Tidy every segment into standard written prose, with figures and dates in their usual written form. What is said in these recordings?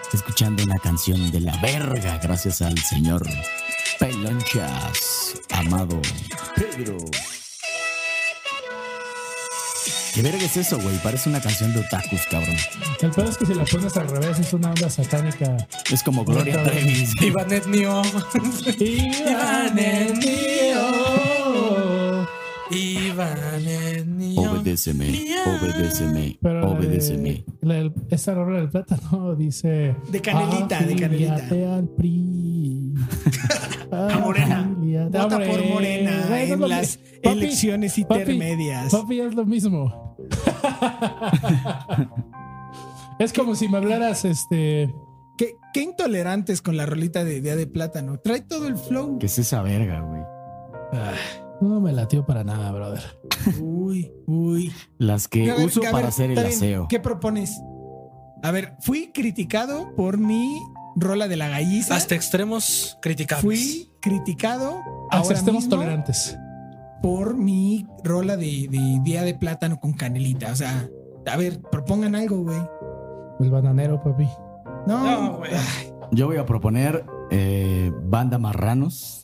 escuchando una canción de la verga gracias al señor Pelonchas, amado Pedro. ¿Qué verga es eso, güey? Parece una canción de otakus, cabrón. El peor es que si la pones al revés es una onda satánica. Es como Gloria Trevi. Ivanet Nio. Ivanet Nio. Ivanet Nio. Obedéceme. Pero Obedéceme. Esa rola del plátano dice De canelita, de canelita. afíliate al PRI. A Morena. Afíliate. Vota por Morena Güey, en las elecciones intermedias. Papi, es lo mismo. Es como si me hablaras Qué intolerantes con la rolita de Día de Plátano. Trae todo el flow. ¿Qué es esa verga, güey? no me latió para nada, brother. Uy. Las que A ver, uso a ver, para hacer el está bien. aseo. ¿Qué propones? A ver, fui criticado por mi rola de la galliza. Hasta extremos criticables. Fui criticado Hasta ahora estemos mismo tolerantes. por mi rola de Día de Plátano con canelita. O sea, a ver, propongan algo, güey. El bananero, papi. No, güey. Ay, Yo voy a proponer Banda Marranos.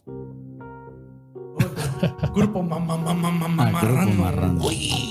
Grupo Grupo Marrano. Marrano.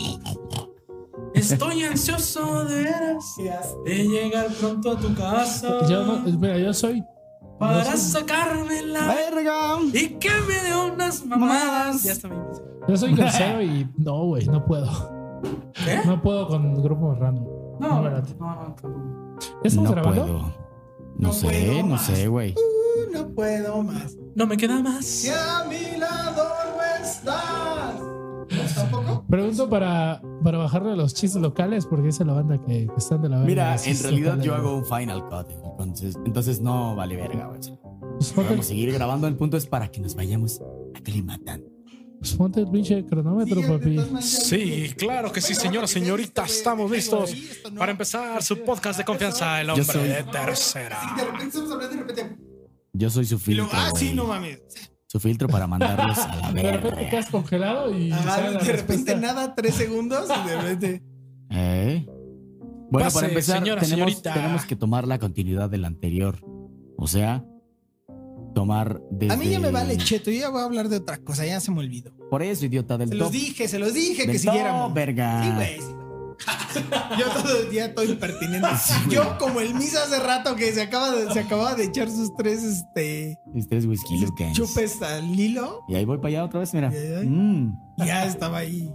Estoy ansioso de veras de llegar pronto a tu casa Mira, yo soy. para sacarme la ¡Verga! y que me dé unas mamadas. Ya está bien. Yo soy grosero y no, güey, no puedo. ¿Qué? No puedo con Grupo Marrano. No, verdad. no. ¿Ya estamos No grabando? puedo. No puedo No más. sé, güey. no puedo más. No me queda más. Si a mi lado no estás. ¿No, tampoco? Pregunto para bajarle a los chistes locales porque esa es la banda que están de la verga. Mira, Los en chistes realidad locales, yo güey. hago un final cut. Entonces no vale verga, güey. Pues ponte, Vamos a seguir grabando. El punto es para que nos vayamos aclimatando. pues ponte el pinche cronómetro, papi. Sí, claro que sí, señora, señorita. Estamos listos para empezar su podcast de confianza, El Hombre soy- de Tercera. De repente estamos hablando y de repente. Yo soy su Y filtro, luego, sí, güey. no mames. Su filtro para mandarlos a la De repente verga. quedas congelado y Ajá, sale la de repente respuesta. nada, 3 segundos y de repente. Bueno, Pase, para empezar, señora, tenemos señorita. que tomar la continuidad del anterior. O sea, tomar desde... A mí ya me vale cheto, yo ya voy a hablar de otra cosa, ya se me olvidó. Por eso, idiota, del Se top. los dije que Del siguiéramos. top, verga. Sí, güey. Yo todo el día estoy impertinente. Yo como el Misa hace rato que se acababa de echar sus 3 Mis 3 whisky lucas. chupes al hilo. Y ahí voy para allá otra vez, mira. Ay, ay. Y ya estaba ahí.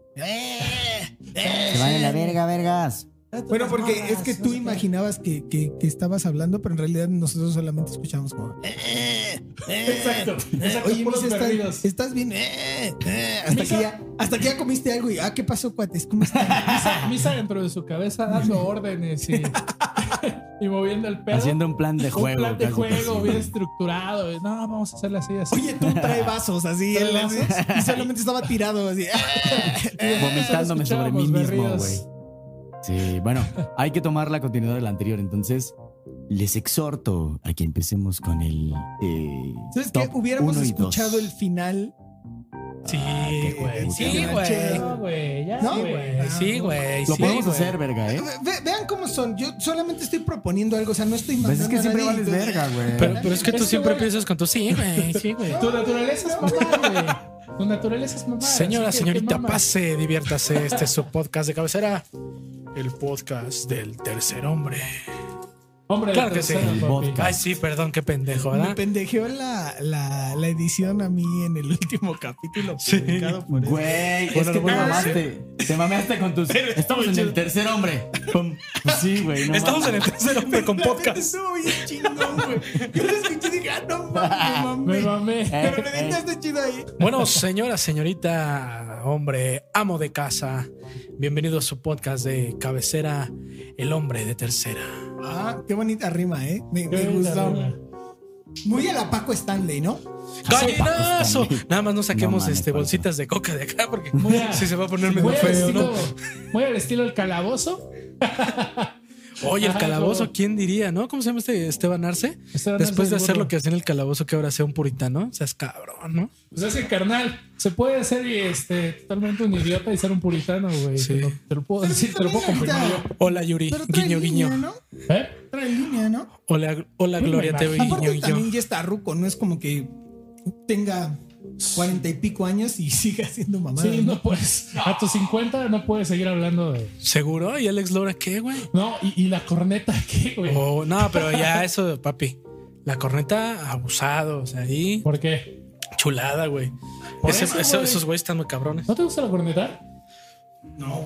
Se van en la verga, vergas. Bueno, porque es que tú imaginabas que estabas hablando, pero en realidad nosotros solamente escuchábamos como. Exacto. Oye, puros Misa, perdidos. ¿estás bien? Hasta que ya comiste algo y ¿qué pasó, cuates? ¿Cómo están? Misa dentro de su cabeza dando órdenes y moviendo el pedo. Haciendo un plan de Un juego. plan de casi, juego casi. bien estructurado. No, vamos a hacerle así, así. Oye, tú trae vasos así. ¿Trae él, vasos? y solamente estaba tirado así. Vomitándome sobre mí Escuchábamos mismo, berridos. güey. Sí, bueno, hay que tomar la continuidad del anterior. Entonces, les exhorto a que empecemos con el ¿Sabes qué? top Hubiéramos 1 y 2. escuchado el final. Sí, qué güey. Sí, puta güey. No, güey, ya, ¿No? güey. Sí, güey. Lo sí, podemos güey. hacer, verga, ¿eh? Vean cómo son. Yo solamente estoy proponiendo algo. O sea, no estoy Pues mandando es que a siempre nadie. vales verga, güey. Pero es que tú Es que, siempre güey. piensas con tu sí, güey. Sí, güey. Tu naturaleza es mamar, güey. Tu naturaleza es mamar. Señora, así que, señorita, ¿qué mamas? pase, diviértase. Este es su podcast de cabecera. El podcast del tercer hombre. Hombre, Claro de que sí. tercera, El papi. vodka. Ay, sí, perdón, qué pendejo, Me ¿verdad? pendejeó la edición a mí en el último capítulo. Sí. publicado por eso. Güey, es Bueno, que lo bueno, te mamaste con tus... Estamos en el tercer hombre. Pues sí, güey. no Estamos en mames. el tercer hombre con podcast. Estuvo bien chingón, güey. Yo lo escuché y dije, no mames, Me mamé. Pero le editaste chido ahí. Bueno, señora, señorita, hombre, amo de casa. Bienvenido a su podcast de cabecera, El Hombre de Tercera. Ah, qué bonita rima, ¿eh? Me Qué gustó. bonita. Muy a la Paco Stanley, ¿no? ¡Gallinazo! Paco, Nada más no saquemos No mames, Paco. bolsitas de coca de acá porque Muy a- si se va a poner medio Muy al feo, ¿no? muy al estilo del calabozo. Oye, el Ajá, calabozo, como- ¿quién diría, no? ¿Cómo se llama este Esteban Arce? Esteban Después Arce, de hacer burro. lo que hacía en el calabozo, que ahora sea un puritano. O sea, es cabrón, ¿no? Pues es que, carnal, se puede ser totalmente un idiota y ser un puritano, güey. Sí. Te lo puedo decir, te lo puedo Pero confirmar yo. Hola, Yuri. Pero trae Guiño, línea, guiño. ¿no? ¿Eh? Trae línea, ¿no? Hola Gloria TV Aparte y yo. también ya está ruco, no es como que tenga 40 y pico años y siga siendo mamá. Sí, no puedes. A tus 50 no puedes seguir hablando de. ¿Seguro? ¿Y Alex Lora qué, güey? No, y la corneta, ¿qué, güey? Oh, no, pero ya eso, papi. La corneta, abusado, o sea, ahí. ¿Por qué? Chulada, güey. Por eso, güey. Esos güeyes están muy cabrones. ¿No te gusta la corneta? No,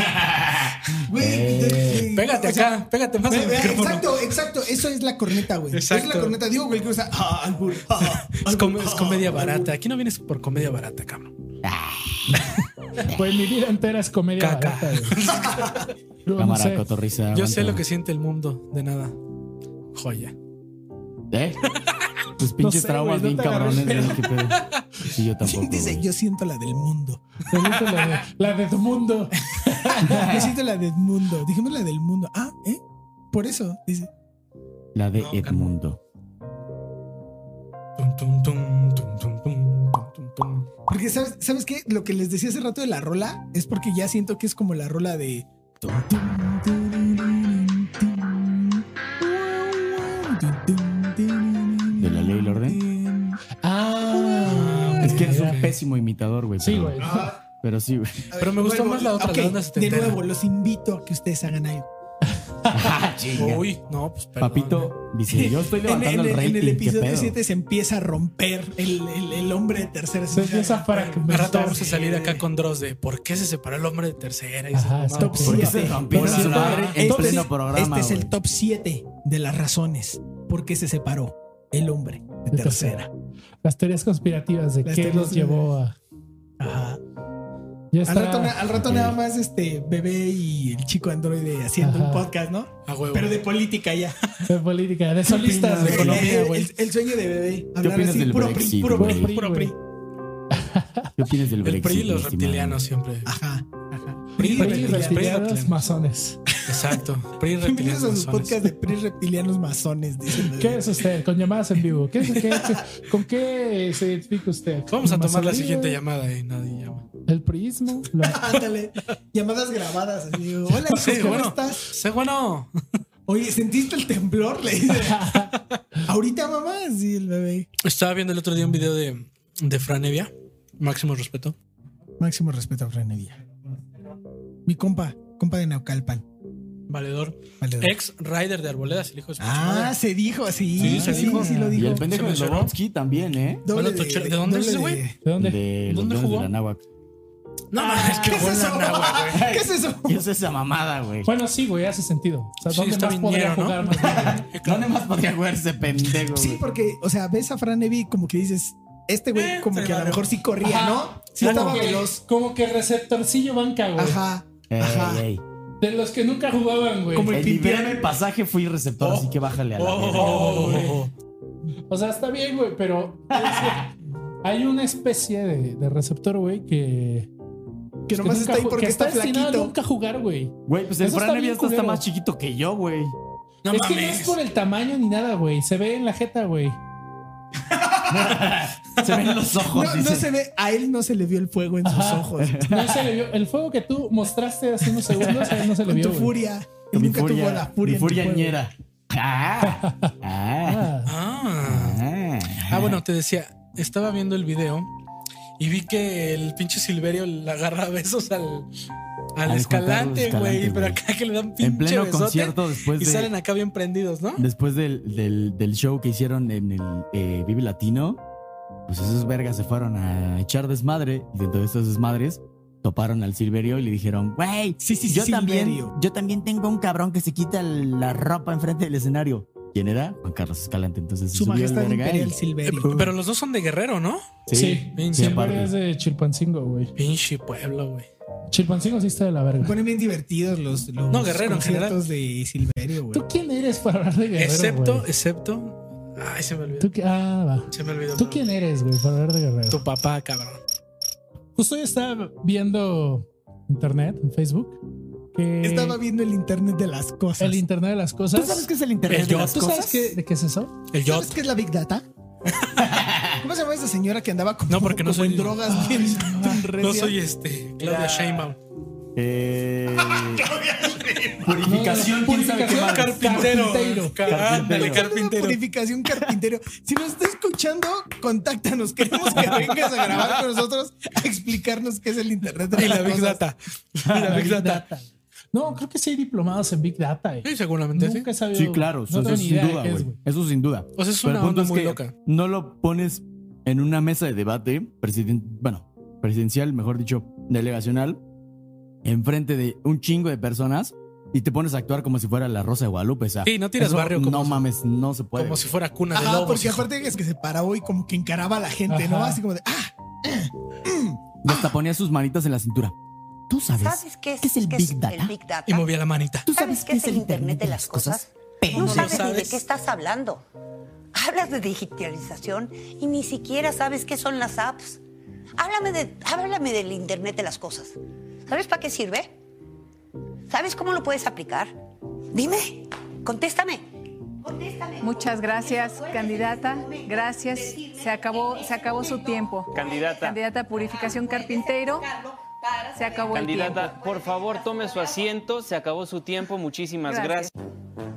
güey. Pégate o sea, acá, pégate más al micrófono. Exacto. Eso es la corneta, güey. Exacto. Es la corneta. Digo, güey, que usa. Albur. Es comedia barata. Aquí no vienes por comedia barata, cabrón. Pues mi vida entera es comedia Caca. barata, güey. Yo no Cámara, sé. cotorriza. Yo sé aguanta. lo que siente el mundo, de nada. Joya. ¿Eh? Tus pinches sé, traumas güey, bien no te agarré cabrones, pedo. güey. ¿Qué pedo? Sí, yo tampoco. Dice, güey. yo siento la del mundo. Te dice la de tu mundo. Yo siento la del mundo. Dijimos la del mundo. Por eso, dice. La de No, Edmundo. Tum, tum, tum, tum, tum, tum, tum, tum. Porque, ¿sabes qué? Lo que les decía hace rato de la rola es porque ya siento que es como la rola de. ¿De la ley y el orden? Es que eres un pésimo imitador, güey. Sí, pero- güey. Pero sí, güey. Pero me gustó más la otra, Ok, la onda de setentera. nuevo, los invito a que ustedes hagan algo. Uy, no, pues perdón. Papito dice, yo estoy levantando el rating. En el ¿qué episodio pedo? 7 se empieza a romper el hombre de tercera. Se empieza a Al fragmentar. rato vamos a salir acá con Dross de ¿por qué se separó el hombre de tercera? Y Ajá, esas top mamadas. ¿Por qué se siete. rompieron Pero su sí, madre en este pleno es- programa, Este es el güey? top 7 de las razones por qué se separó el hombre de tercera. Las teorías conspirativas de Las qué teorías los llevó a. Ajá. Ya Al está. rato nada más Bebé y el chico androide haciendo Ajá. un podcast, ¿no? A huevo. Pero de política ya. De política, de solistas, de opinas, güey? economía, güey. El sueño de Bebé. Hablar opinas así, del puro Brexit, PRI, puro güey? PRI, puro PRI. ¿Qué opinas del El Brexit? PRI y los mi estimado? reptilianos siempre. Ajá. PRI, Reptilianos, reptilianos. masones. Exacto. PRI Bienvenidos reptilianos. a sus masones. podcasts de PRI reptilianos masones, dicen. ¿Qué es usted? Con llamadas en vivo. ¿Con qué se identifica usted? Vamos a tomar la ¿Masonería? siguiente llamada y nadie llama. El prismo. Ándale. Llamadas grabadas. Así, digo, hola, hijos, Sí, ¿cómo bueno. estás? Sí, bueno. Oye, ¿sentiste el temblor? Le dice. Ahorita, mamá. Sí, el bebé. Estaba viendo el otro día un video de Fran Evia. Máximo respeto. Máximo respeto a Fran Evia. Mi compa de Naucalpan. Valedor. Valedor. Ex rider de Arboledas, el hijo de su pinche madre. Se dijo así. Sí, se dijo. Sí, lo Y dijo. el pendejo ¿Se de mencionó? Slobodsky también, ¿eh? Doble Bueno, ¿de dónde es ese güey? ¿De dónde? De ¿Dónde los Leones jugó? de la Náhuac. No mames, ¿Qué que es jugó en eso? la Náhuac, güey. ¿Qué es eso? ¿Qué es esa mamada, güey? Bueno, sí, güey, hace sentido. O sea, Sí, ¿dónde está más podría viniero, ¿no? jugar más bien, güey? ¿Dónde más podría jugar ese pendejo, Sí, güey? porque, o sea, ves a Fran Evia y como que dices, este güey como sí, que a lo vale. mejor sí corría, Ajá. ¿no? Sí Como estaba que- veloz. Como que receptorcillo banca, güey. Ajá. Ajá. Ey, ey. De los que nunca jugaban, güey. Como el El Pipián. nivel de pasaje fui receptor, así que bájale a la verga. Oh. O sea, está bien, güey, pero hay una especie de receptor, güey, que Que nomás nunca está ahí ju- porque que está destinado a flaquito. nunca jugar, güey. Güey, pues el Eso está Fran Evia bien está culero. más chiquito que yo, güey. No Es que no mames. es por el tamaño ni nada, güey. Se ve en la jeta, güey. Se ven los ojos, No, dice. no se ve, a él no se le vio el fuego en sus Ajá. ojos. No se le vio. El fuego que tú mostraste hace unos segundos, a él no se le Con vio. tu güey. furia. Él Con mi nunca tuvo la furia. mi en tu juego. furiañera. Ah, ah, Ah, Ah, bueno, te decía, estaba viendo el video y vi que el pinche Silverio le agarra besos al Juan Carlos Escalante, Escalante, güey. Pero güey. acá que le dan pinche en pleno besote concierto después y de... salen acá bien prendidos, ¿no? Después del show que hicieron en el Vive Latino, pues esos vergas se fueron a echar desmadre. Y dentro de esos desmadres toparon al Silverio y le dijeron, güey, Sí, yo Silverio. también tengo un cabrón que se quita la ropa enfrente del escenario. ¿Quién era? Juan Carlos Escalante. Entonces Su subió el majestad verga imperial y- Silverio. Pero los dos son de Guerrero, ¿no? sí. pinche Silverio aparte. es de Chilpancingo, güey. Pinche pueblo, güey. Chilpancingo sí está de la verga. Ponen bien divertidos los No, Guerrero en conciertos de Silverio, güey. ¿Tú quién eres para hablar de Guerrero, güey? Excepto. Ay, se me olvidó. Va. Se me olvidó. ¿Tú quién eres, güey, para hablar de Guerrero? Tu papá, cabrón. Justo hoy estaba viendo internet, en Facebook, que Estaba viendo el internet de las cosas. el internet de las cosas. ¿Tú sabes qué es el internet El de yo, las ¿Tú cosas? sabes de qué es eso? El Yot. ¿Sabes qué es la Big Data? ¿Cómo se llama esa señora que andaba como, No, porque no como soy- en drogas bien No recias? soy Claudia Sheinbaum. Purificación, quién sabe qué más. Carpintero. Ándale, Una carpintero. purificación carpintero. Si nos está escuchando, contáctanos. Queremos que vengas a grabar con nosotros a explicarnos qué es el internet de Y las la Big cosas. Data. Y la Big Data. No, creo que sí hay diplomados en Big Data. Sí, seguramente sí. Nunca he sabido. Sí, claro, no eso tengo ni sin idea de duda, qué es, güey. Eso sin duda. O sea, es Pero una el punto onda es muy que loca. no lo pones en una mesa de debate presidencial, mejor dicho, delegacional, enfrente de un chingo de personas y te pones a actuar como si fuera la Rosa de Guadalupe. O sea, Sí, no tiras eso barrio como no si- mames, no se puede. Como si fuera cuna de Ajá, lobos. porque hijo. aparte es que se paraba y como que encaraba a la gente, ¿no? Ajá. Así como de, Y hasta ponía sus manitas en la cintura. ¿Tú sabes, ¿Sabes qué es el Big Data? el Big Data? Y movía la manita. ¿Tú ¿Sabes qué es el Internet de las cosas? Pero No no sabes ni de sabes. qué estás hablando. Hablas de digitalización y ni siquiera sabes qué son las apps. Háblame del Internet de las cosas. ¿Sabes para qué sirve? ¿Sabes cómo lo puedes aplicar? Dime, contéstame. Contéstame. Muchas gracias, candidata. Gracias. Se acabó su tiempo. Candidata Purificación Carpintero. Se acabó el tiempo. Candidata, por favor, tome su asiento. Se acabó su tiempo. Muchísimas Gracias. gracias.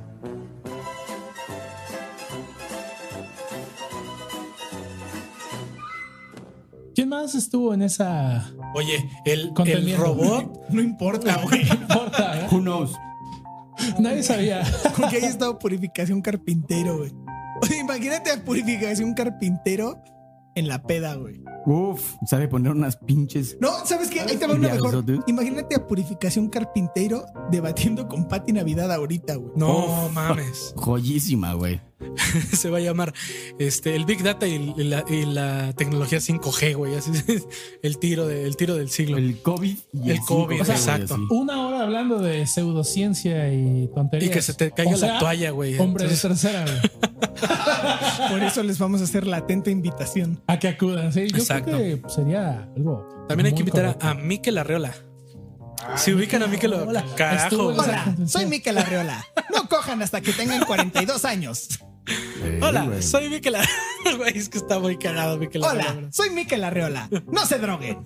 ¿Quién más estuvo en esa? Oye, el Conteniendo. robot. no importa, güey. No importa, ¿eh? Who knows? Nadie sabía. Con que haya estado purificación carpintero, güey. Oye, imagínate a purificación carpintero en la peda, güey. Uf, sabe poner unas pinches. No, ¿sabes qué? Ahí te va una mejor. Diablosotes. Imagínate a purificación carpintero debatiendo con Pati Navidad ahorita, güey. No mames. Joyísima, güey. Se va a llamar el Big Data y la tecnología 5G, güey. Así es el tiro del siglo. El COVID y El COVID, 5G, güey, exacto. así. Una hora hablando de pseudociencia y tonterías. Y que se te caiga O sea, la toalla, güey. Hombre Entonces- de tercera, güey. Por eso les vamos a hacer la atenta invitación. A que acudan, sí. Yo Exacto. creo que sería algo. También hay que muy invitar correcto. a Mikel Arreola. Si ubican a Mikel Hola. Arreola. Carajo. Estuvo en güey. esa- Hola, soy Mikel Arreola. No cojan hasta que tengan 42 años. Hola, güey. soy Mikel Arreola. Güey, es que está muy cagado Mikel Arreola. Hola, soy Mikel Arreola. No se droguen.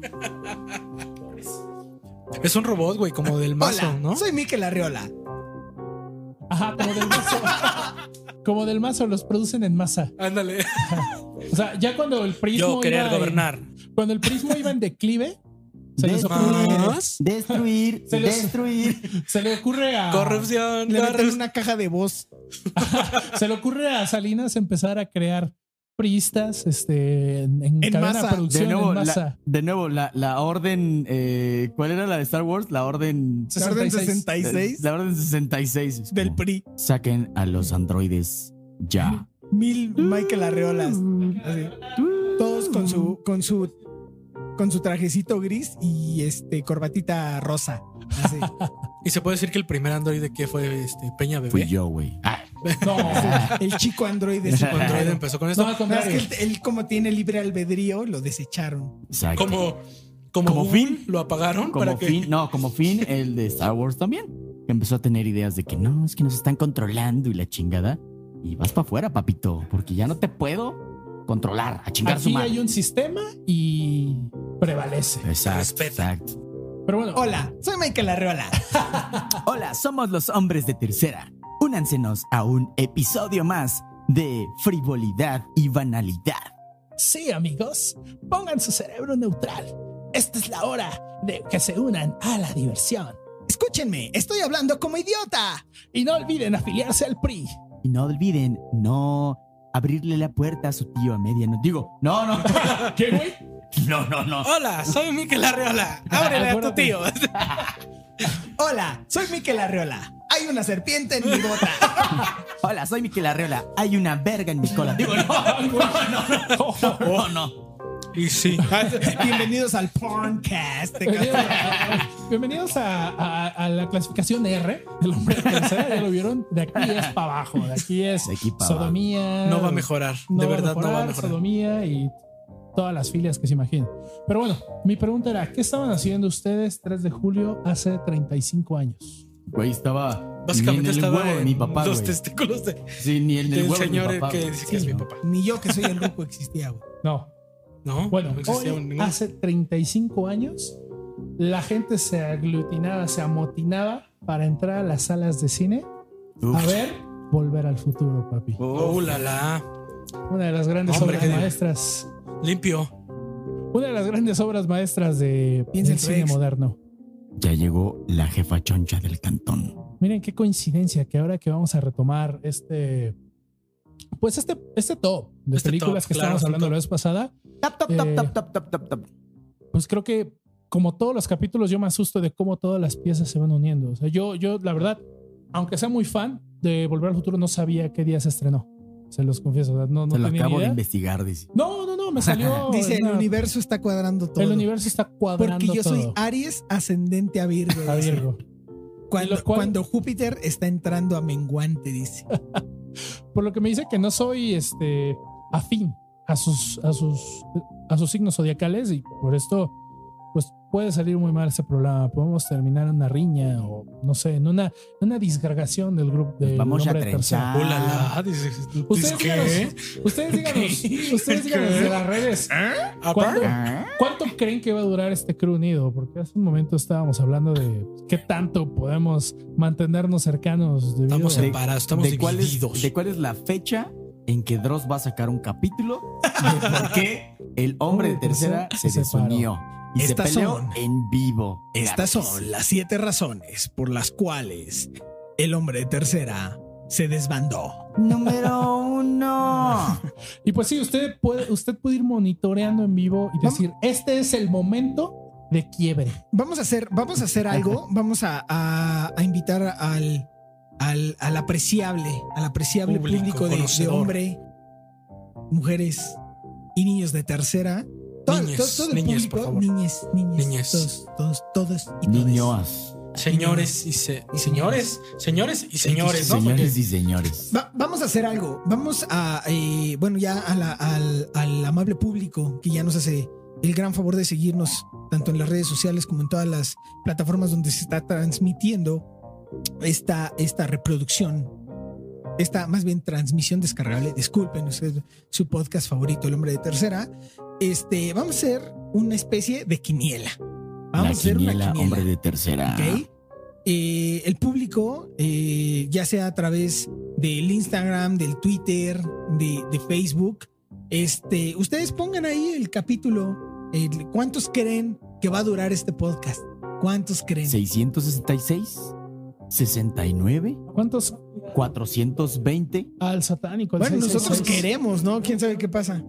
Es un robot, güey, como del mazo, Hola, ¿no? soy Mikel Arreola. Ajá, como del mazo. Como del mazo, los producen en masa. Ándale. O sea, ya cuando el prismo. Yo querer iba en- gobernar. cuando el prismo iba en declive, se les ocurre. Más. Destruir, Se los- destruir. Se le ocurre a. Corrupción. Le meten corrupción. una caja de voz. Se le ocurre a Salinas empezar a crear priistas en cadena masa. de producción De nuevo, en masa. la orden. ¿Cuál era la de Star Wars? La orden. La orden 66. 66 La orden 66. Es del como, PRI. Saquen a los androides ya. 1000 Michael Arreolas. Así. Todos con su trajecito gris y corbatita rosa. Así. Y se puede decir que el primer androide que fue Peña Fui Bebé. yo, güey. Ah, No, El chico androide. Androide empezó con esto. no, al No, es contrario. que él como tiene libre albedrío, lo desecharon. exacto. Como Finn. Finn lo apagaron para Como que Finn, no, como Finn, el de Star Wars también. Que empezó a tener ideas de que no, es que nos están controlando y la chingada. Y vas para afuera, papito, porque ya no te puedo controlar, a chingar su Aquí madre. hay un sistema y prevalece. Exacto, Respeta. exacto. Pero bueno, Hola, soy Michael Arreola. Hola, somos los hombres de tercera. Únansenos a un episodio más de frivolidad y banalidad. sí, amigos, pongan su cerebro neutral. Esta es la hora de que se unan a la diversión. Escúchenme, estoy hablando como idiota. Y no olviden afiliarse al PRI. Y no olviden no abrirle la puerta a su tío a medianoche. Digo, no. ¿Qué, güey? No. Hola, soy Mikel Arreola. Ábrele a tu Acuérdate. tío. Hola, soy Mikel Arreola. Hay una serpiente en mi bota. Hola, soy Mikel Arreola. Hay una verga en mi cola. Digo, no. Y sí. Bienvenidos al Porncast. Bienvenidos a la clasificación R del hombre de tercera. Ya lo vieron. De aquí es para abajo. De aquí es De aquí pa' sodomía. No va a mejorar. De verdad no va a mejorar. Sodomía y todas las filias que se imaginen. Pero bueno, mi pregunta era: ¿qué estaban haciendo ustedes 3 de julio hace 35 años? Güey, estaba. Básicamente ni en el estaba huevo de en mi papá, los güey. testículos Sí, ni en el del huevo de mi señor papá, que güey. dice que es mi no. papá. Ni yo que soy el ruco existía, güey. No. No, Bueno, no existía hoy, ningún. hace 35 años la gente se aglutinaba, se amotinaba para entrar a las salas de cine a ver Volver al Futuro, papi. La. Una de las grandes Hombre, obras qué maestras. Limpio. Una de las grandes obras maestras del cine moderno. Ya llegó la jefa choncha del cantón. Miren qué coincidencia que ahora que vamos a retomar este top de películas que estábamos hablando la vez pasada. Tap. Pues creo que como todos los capítulos yo me asusto de cómo todas las piezas se van uniendo. O sea, yo la verdad, aunque sea muy fan de Volver al Futuro, no sabía qué día se estrenó. Se los confieso. O sea, no Se lo tenía acabo idea. de investigar, dice. No, me salió. Dice, el universo está cuadrando todo. El universo está cuadrando Porque yo soy todo. Aries ascendente a Virgo. A dice. Virgo. Cuando Júpiter está entrando a menguante, dice. Por lo que me dice que no soy afín a sus signos zodiacales y por esto pues puede salir muy mal este programa. Podemos terminar en una riña o no sé, en una disgregación del grupo de Vamos a Hombre de Tercera. trenzar. Ustedes díganos desde las redes. ¿Cuánto creen que va a durar este crew unido? Porque hace un momento estábamos hablando de qué tanto podemos mantenernos cercanos. Estamos separados, estamos divididos. ¿De cuál es la fecha en que Dross va a sacar un capítulo? ¿De por qué el hombre de tercera se desunió? Y Estas se peleó son- en vivo. Estas Claro que son sí. las 7 razones por las cuales el hombre de tercera se desbandó. Número 1. Y pues sí, usted puede ir monitoreando en vivo y decir, este es el momento de quiebre. Vamos a hacer algo. Vamos a invitar al apreciable público de conocedor. hombre, mujeres y niños de tercera. Niñes, el niñes, público, por favor. niñes, Niñes. todos y todas. Niños. Señores y señores, ¿no? Señores y señores. Vamos a hacer algo. Vamos a, ya al amable público que ya nos hace el gran favor de seguirnos tanto en las redes sociales como en todas las plataformas donde se está transmitiendo esta reproducción, esta más bien transmisión descargable. Disculpen, es su podcast favorito, El Hombre de Tercera. Vamos a hacer una especie de quiniela. Vamos a hacer una quiniela. Hombre de tercera. ¿Ok? El público, ya sea a través del Instagram, del Twitter, de Facebook, ustedes pongan ahí el capítulo. ¿Cuántos creen que va a durar este podcast? ¿Cuántos creen? 666, 69, ¿Cuántos 420. al satánico? Al Bueno, 666? nosotros queremos, ¿no? ¿Quién sabe qué pasa?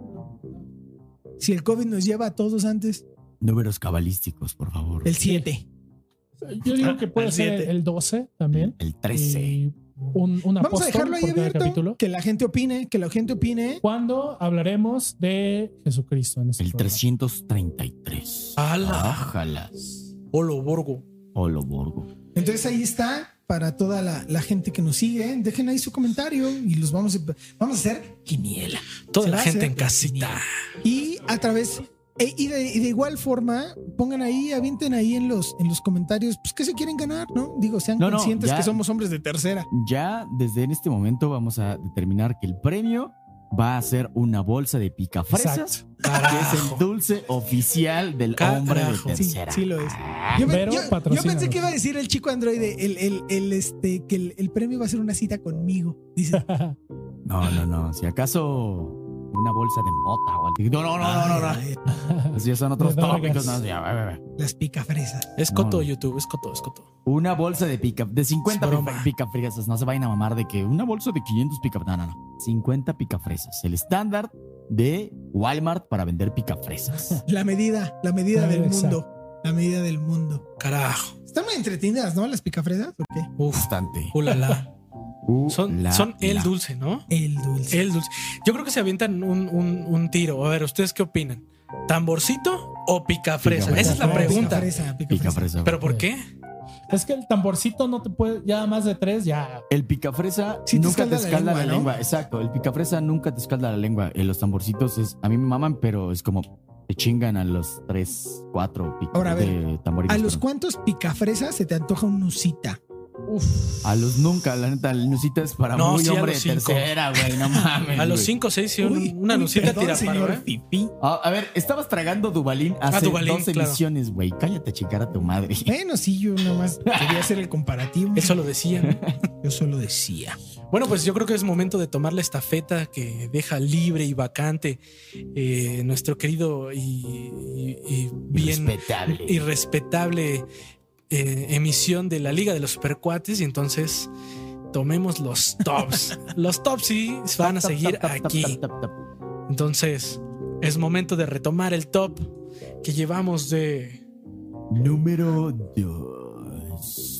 Si el COVID nos lleva a todos antes, Números cabalísticos, por favor. el 7. Yo digo que puede Al ser 7. el 12 también. El 13. Y un Vamos a apóstol dejarlo ahí por cada abierto, capítulo. que la gente opine, ¿Cuándo hablaremos de Jesucristo en este El programa? 333. ¡Hala! Ájalas. Olo Borgo. Olo Borgo. Entonces ahí está para toda la gente que nos sigue. Dejen ahí su comentario y los vamos a hacer quiniela. Toda Se la va a gente hacer en casita. Y a través y de igual forma pongan ahí, avienten ahí en los comentarios, pues qué se quieren ganar, ¿no? Digo, sean No, conscientes ya. que somos hombres de tercera. Ya desde en este momento vamos a determinar que el premio va a ser una bolsa de picafresas, que es el dulce oficial del hombre de Carajo. Sí, tercera. sí lo es. Ah, Vero, Yo patrocínanos. pensé que iba a decir el chico androide, que el premio va a ser una cita conmigo. Dice, No. Si acaso una bolsa de mota o algo. No. ay, Esos ya son otros De drogas. tópicos. No, ya. las picafresas. Es coto, No. YouTube, es coto. Una bolsa de 50 Es broma. picafresas. No se vayan a mamar de que una bolsa de 500 picafresas. No. 50 picafresas. El estándar de Walmart para vender picafresas. La medida del Exacto. mundo. La medida del mundo. Carajo. Están muy entretenidas, ¿no? Las picafresas. ¿O qué? Uf. Bastante. Ulala. Son el dulce, ¿no? El dulce. El dulce. Yo creo que se avientan un tiro. A ver, ¿ustedes qué opinan? ¿Tamborcito o picafresa? Picafresa. Esa es la pregunta. Picafresa. Picafresa. ¿Pero por qué? Es que el tamborcito no te puede, ya más de 3, ya. El picafresa Sí te nunca te escalda la escalda la lengua, lengua. ¿no? Exacto. El picafresa nunca te escalda la lengua. Los tamborcitos a mí me maman, pero es como te chingan a los 3, 4 Ahora, a ver, de tamboritos. ¿A los perdón. cuántos picafresas se te antoja un nusita? Uf. A los nunca, la neta, el Nusita es para No, muy sí, a hombre los de 5. tercera, güey, no mames. A los güey. 5 o 6 sí, Uy, una lucita perdón, tira señor paro, ¿eh? Pipí. A ver, estabas tragando Dubalín hace Dubalín, 2 claro. emisiones, güey. Cállate, chicar a tu madre. Bueno, sí, yo nada más quería hacer el comparativo. Eso lo decían. Yo solo decía. Bueno, pues yo creo que es momento de tomar la estafeta que deja libre y vacante nuestro querido y bien Irrespetable. y respetable emisión de la Liga de los Supercuates. Y entonces tomemos los tops. Los tops sí van a seguir aquí. Entonces es momento de retomar el top que llevamos de Número 2.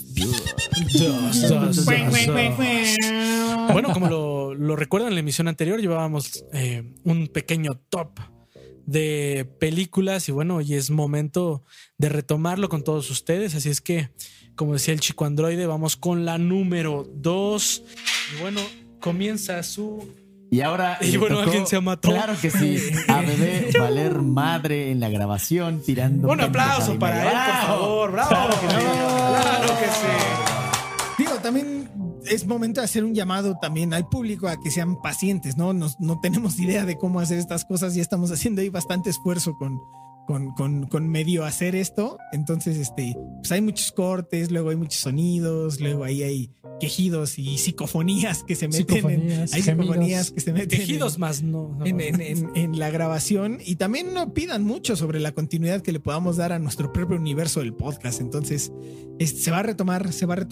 Bueno, como lo recuerdan en la emisión anterior, llevábamos un pequeño top de películas y bueno, hoy es momento de retomarlo con todos ustedes. Así es que, como decía el chico androide, vamos con la número 2. Y bueno, comienza su... Y ahora. Y le bueno, tocó, alguien se mató. Claro que sí. A bebé valer madre en la grabación, tirando. Un aplauso para él, por favor. ¡Bravo! ¡Claro que sí! Digo, también es momento de hacer un llamado también al público a que sean pacientes, ¿no? No tenemos idea de cómo hacer estas cosas y estamos haciendo ahí bastante esfuerzo con medio hacer esto. Entonces, pues hay muchos cortes, luego hay muchos sonidos, luego ahí hay quejidos y psicofonías que se meten. Hay psicofonías que se meten. Quejidos más, no. En la grabación. Y también no pidan mucho sobre la continuidad que le podamos dar a nuestro propio universo del podcast. Entonces, se va a retomar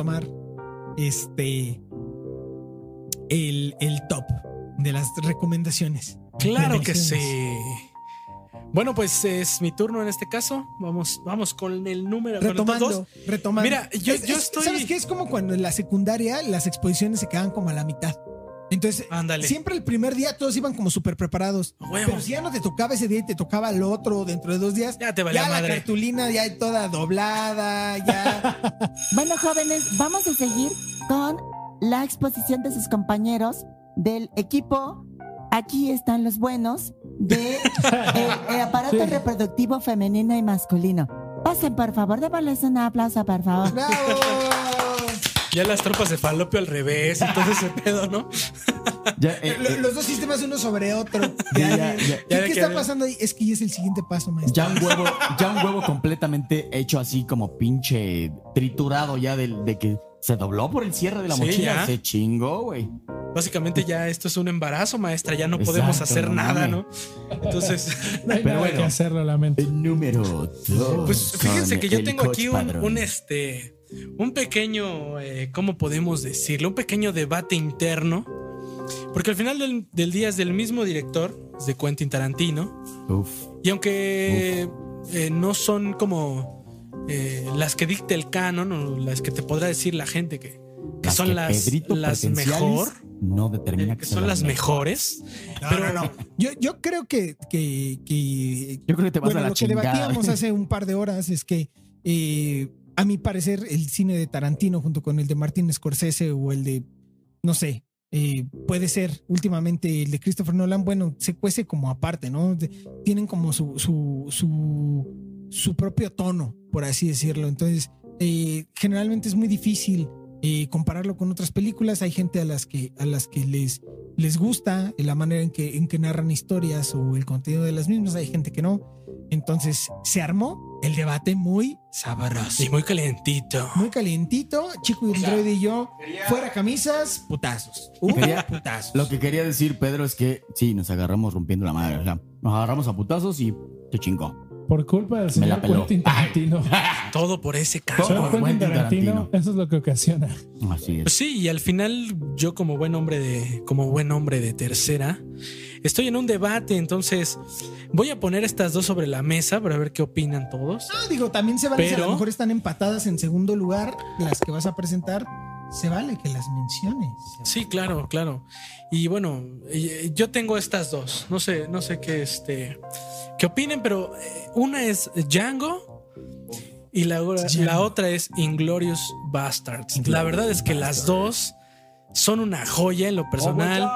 el top de las recomendaciones. Claro que sí. Bueno, pues es mi turno en este caso. Vamos con el número Retomando. Mira, yo estoy. ¿Sabes qué? Es como cuando en la secundaria las exposiciones se quedan como a la mitad. Entonces, Ándale. siempre el primer día todos iban como súper preparados. Huevo. Pero si ya no te tocaba ese día y te tocaba el otro dentro de 2 días, Ya te valía la madre. cartulina ya toda doblada, ya. Bueno, jóvenes, vamos a seguir con la exposición de sus compañeros del equipo. Aquí están los buenos de el aparato reproductivo femenino y masculino. Pasen, por favor, démosles un aplauso, por favor. ¡Bravo! Ya las tropas de falopio al revés y todo ese pedo, ¿no? Ya, Los dos sistemas uno sobre otro. Ya. ¿Qué está pasando ahí? Es que ya es el siguiente paso, maestro. Ya un huevo completamente hecho así como pinche triturado ya de que se dobló por el cierre de la Sí, mochila. ya. Se chingó, güey. Básicamente ya esto es un embarazo, maestra. Ya no podemos Exacto, hacer no nada, mames. ¿no? Entonces, No hay Pero nada bueno. que hacerlo, lamento. El número 2. pues fíjense que yo tengo aquí un un pequeño, ¿cómo podemos decirlo? Un pequeño debate interno. Porque al final del día es del mismo director, es de Quentin Tarantino. Uf. Y aunque no son como las que dicta el canon o las que te podrá decir la gente que son las mejor, no determina que son las mejores. Pero No. Yo creo que Yo creo que te vas bueno, a la lo que chingada. debatíamos hace un par de horas es que a mi parecer el cine de Tarantino junto con el de Martin Scorsese o el de, no sé, puede ser últimamente el de Christopher Nolan, bueno, se cuece como aparte, ¿no? Tienen como su propio tono, por así decirlo. Entonces, generalmente es muy difícil compararlo con otras películas. Hay gente a las que les gusta la manera en que narran historias o el contenido de las mismas. Hay gente que no. Entonces se armó el debate muy sabroso. y muy calentito. Muy calientito, Chico y Android y yo, fuera camisas, putazos. Putazos. Lo que quería decir, Pedro, es que sí, nos agarramos rompiendo la madre. O sea, nos agarramos a putazos y se chingó. Por culpa del Me la señor peló. Quentin Tarantino. Todo por ese caso. Señor Quentin Quentin Tarantino, Tarantino. eso es lo que ocasiona. Así Pues es. sí, y al final yo como buen hombre de tercera, estoy en un debate, entonces voy a poner estas dos sobre la mesa para ver qué opinan todos. No, digo, también se vale si a Pero- lo mejor están empatadas en segundo lugar, las que vas a presentar, se vale que las menciones. Sí, claro. Y bueno, yo tengo estas dos. No sé qué opinen, pero una es Django y la otra es Inglourious Basterds. La verdad es que las dos son una joya en lo personal.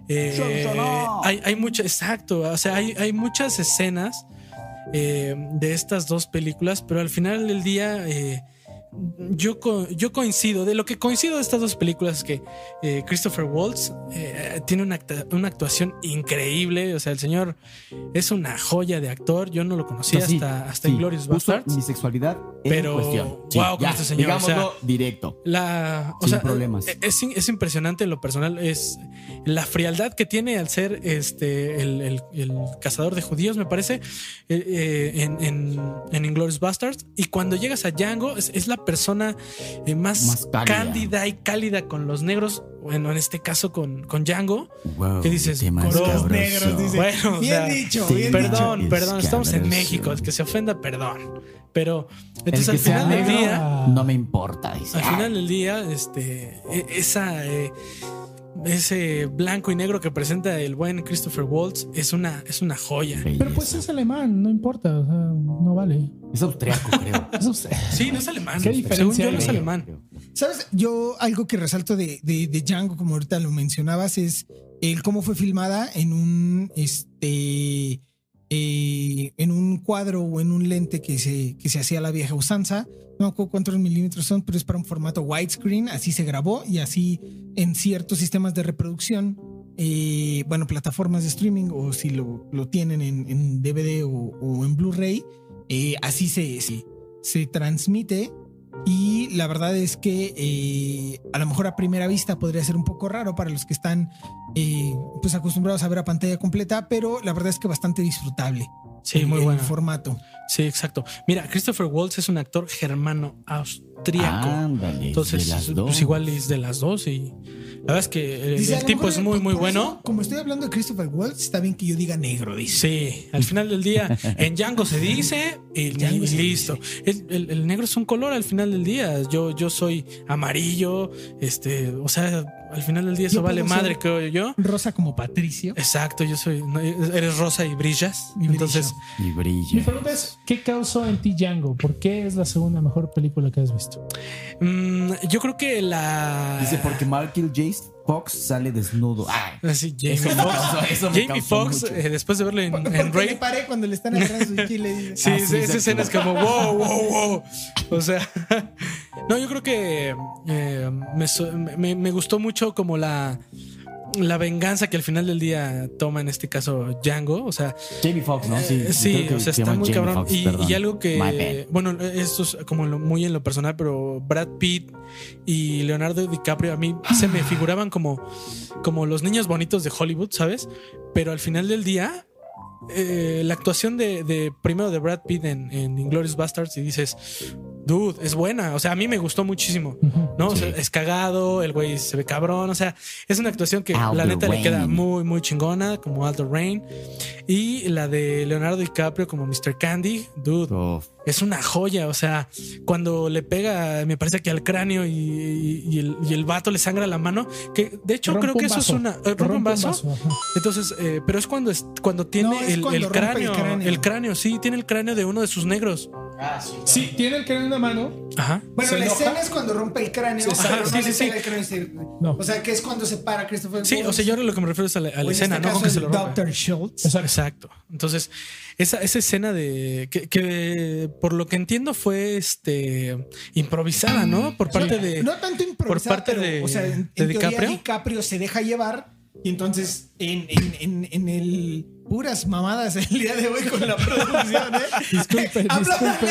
Hay mucho, exacto. O sea, hay muchas escenas de estas dos películas, pero al final del día yo coincido. De lo que coincido de estas dos películas es que Christopher Waltz tiene una actuación increíble. O sea, el señor es una joya de actor. Yo no lo conocía hasta Inglourious Basterds. Bisexualidad pero en cuestión. Wow, con este señor. Digámoslo directo. Sin problemas. Es impresionante en lo personal. Es la frialdad que tiene al ser el cazador de judíos, me parece, en Inglourious Basterds. Y cuando llegas a Django, es la persona más cándida y cálida con los negros. Bueno, en este caso con Django, que dices, los negros, dice. Bueno, bien dicho, perdón, estamos en México, el que se ofenda, perdón. Pero entonces al final del día, no me importa, dice. Al final del día, ese blanco y negro que presenta el buen Christopher Waltz es una joya. Pero pues es alemán, no importa, o sea, no vale. Es austriaco, creo. Sí, no es alemán. ¿Qué diferencia? Según yo no es alemán. ¿Sabes? Yo algo que resalto de Django, como ahorita lo mencionabas, es el cómo fue filmada en un cuadro o en un lente que se hacía a la vieja usanza. No me acuerdo cuántos milímetros son, pero es para un formato widescreen. Así se grabó y así en ciertos sistemas de reproducción, plataformas de streaming, o si lo tienen en DVD o en Blu-ray, así se transmite. Y la verdad es que a lo mejor a primera vista podría ser un poco raro para los que están pues acostumbrados a ver a pantalla completa, pero la verdad es que bastante disfrutable. Sí, muy bueno. El formato. Sí, exacto. Mira, Christopher Waltz es un actor germano-austríaco. Ándale, entonces, de las dos. Pues igual es de las dos. Y la verdad es que el tipo es muy, muy bueno. Eso, como estoy hablando de Christopher Waltz, está bien que yo diga negro, dice. Sí, al final del día, en Django se dice y listo. El negro es un color al final del día. Yo soy amarillo, o sea, al final del día eso vale madre, creo yo. Rosa como Patricio. Exacto, eres rosa y brillas. Entonces, y brilla. Mi pregunta es, ¿qué causó en ti Django? ¿Por qué es la segunda mejor película que has visto? Yo creo que Dice, porque Michael J. Fox sale desnudo. Sí, Jamie Foxx, después de verlo en Ray. Le paré cuando le están agarrando su chile. Sí, esa escena es como wow. O sea, no, yo creo que me gustó mucho como la venganza que al final del día toma en este caso Django. O sea, Jamie Foxx, ¿no? Sí, o sea, está muy cabrón. Fox, y algo que, bueno, esto es como muy en lo personal, pero Brad Pitt y Leonardo DiCaprio a mí se me figuraban como los niños bonitos de Hollywood, ¿sabes? Pero al final del día, la actuación primero de Brad Pitt en Inglourious Basterds, y dices, dude, es buena. O sea, a mí me gustó muchísimo, ¿no? O sea, es cagado, el güey se ve cabrón. O sea, es una actuación que la neta le queda muy, muy chingona, como Aldo Rain. Y la de Leonardo DiCaprio como Mr. Candy, dude, es una joya. O sea, cuando le pega, me parece que al cráneo y el vato le sangra la mano, que de hecho creo que eso es una... ¿Rompe un vaso? Entonces, pero es cuando tiene el cráneo, sí, tiene el cráneo de uno de sus negros. Sí, tiene el cráneo en la mano. Ajá. Bueno, la escena es cuando rompe el cráneo. Sí. O sea, que es cuando se para Christopher Waltz. Sí, o sea, yo lo que me refiero es a la escena, ¿no? Con que se lo rompe. Dr. Schultz. Exacto. Entonces, esa escena de que por lo que entiendo fue improvisada, ¿no? Por parte de... No tanto improvisada, o sea, en teoría DiCaprio se deja llevar. Y entonces en el puras mamadas el día de hoy con la producción, Disculpen. Apláudale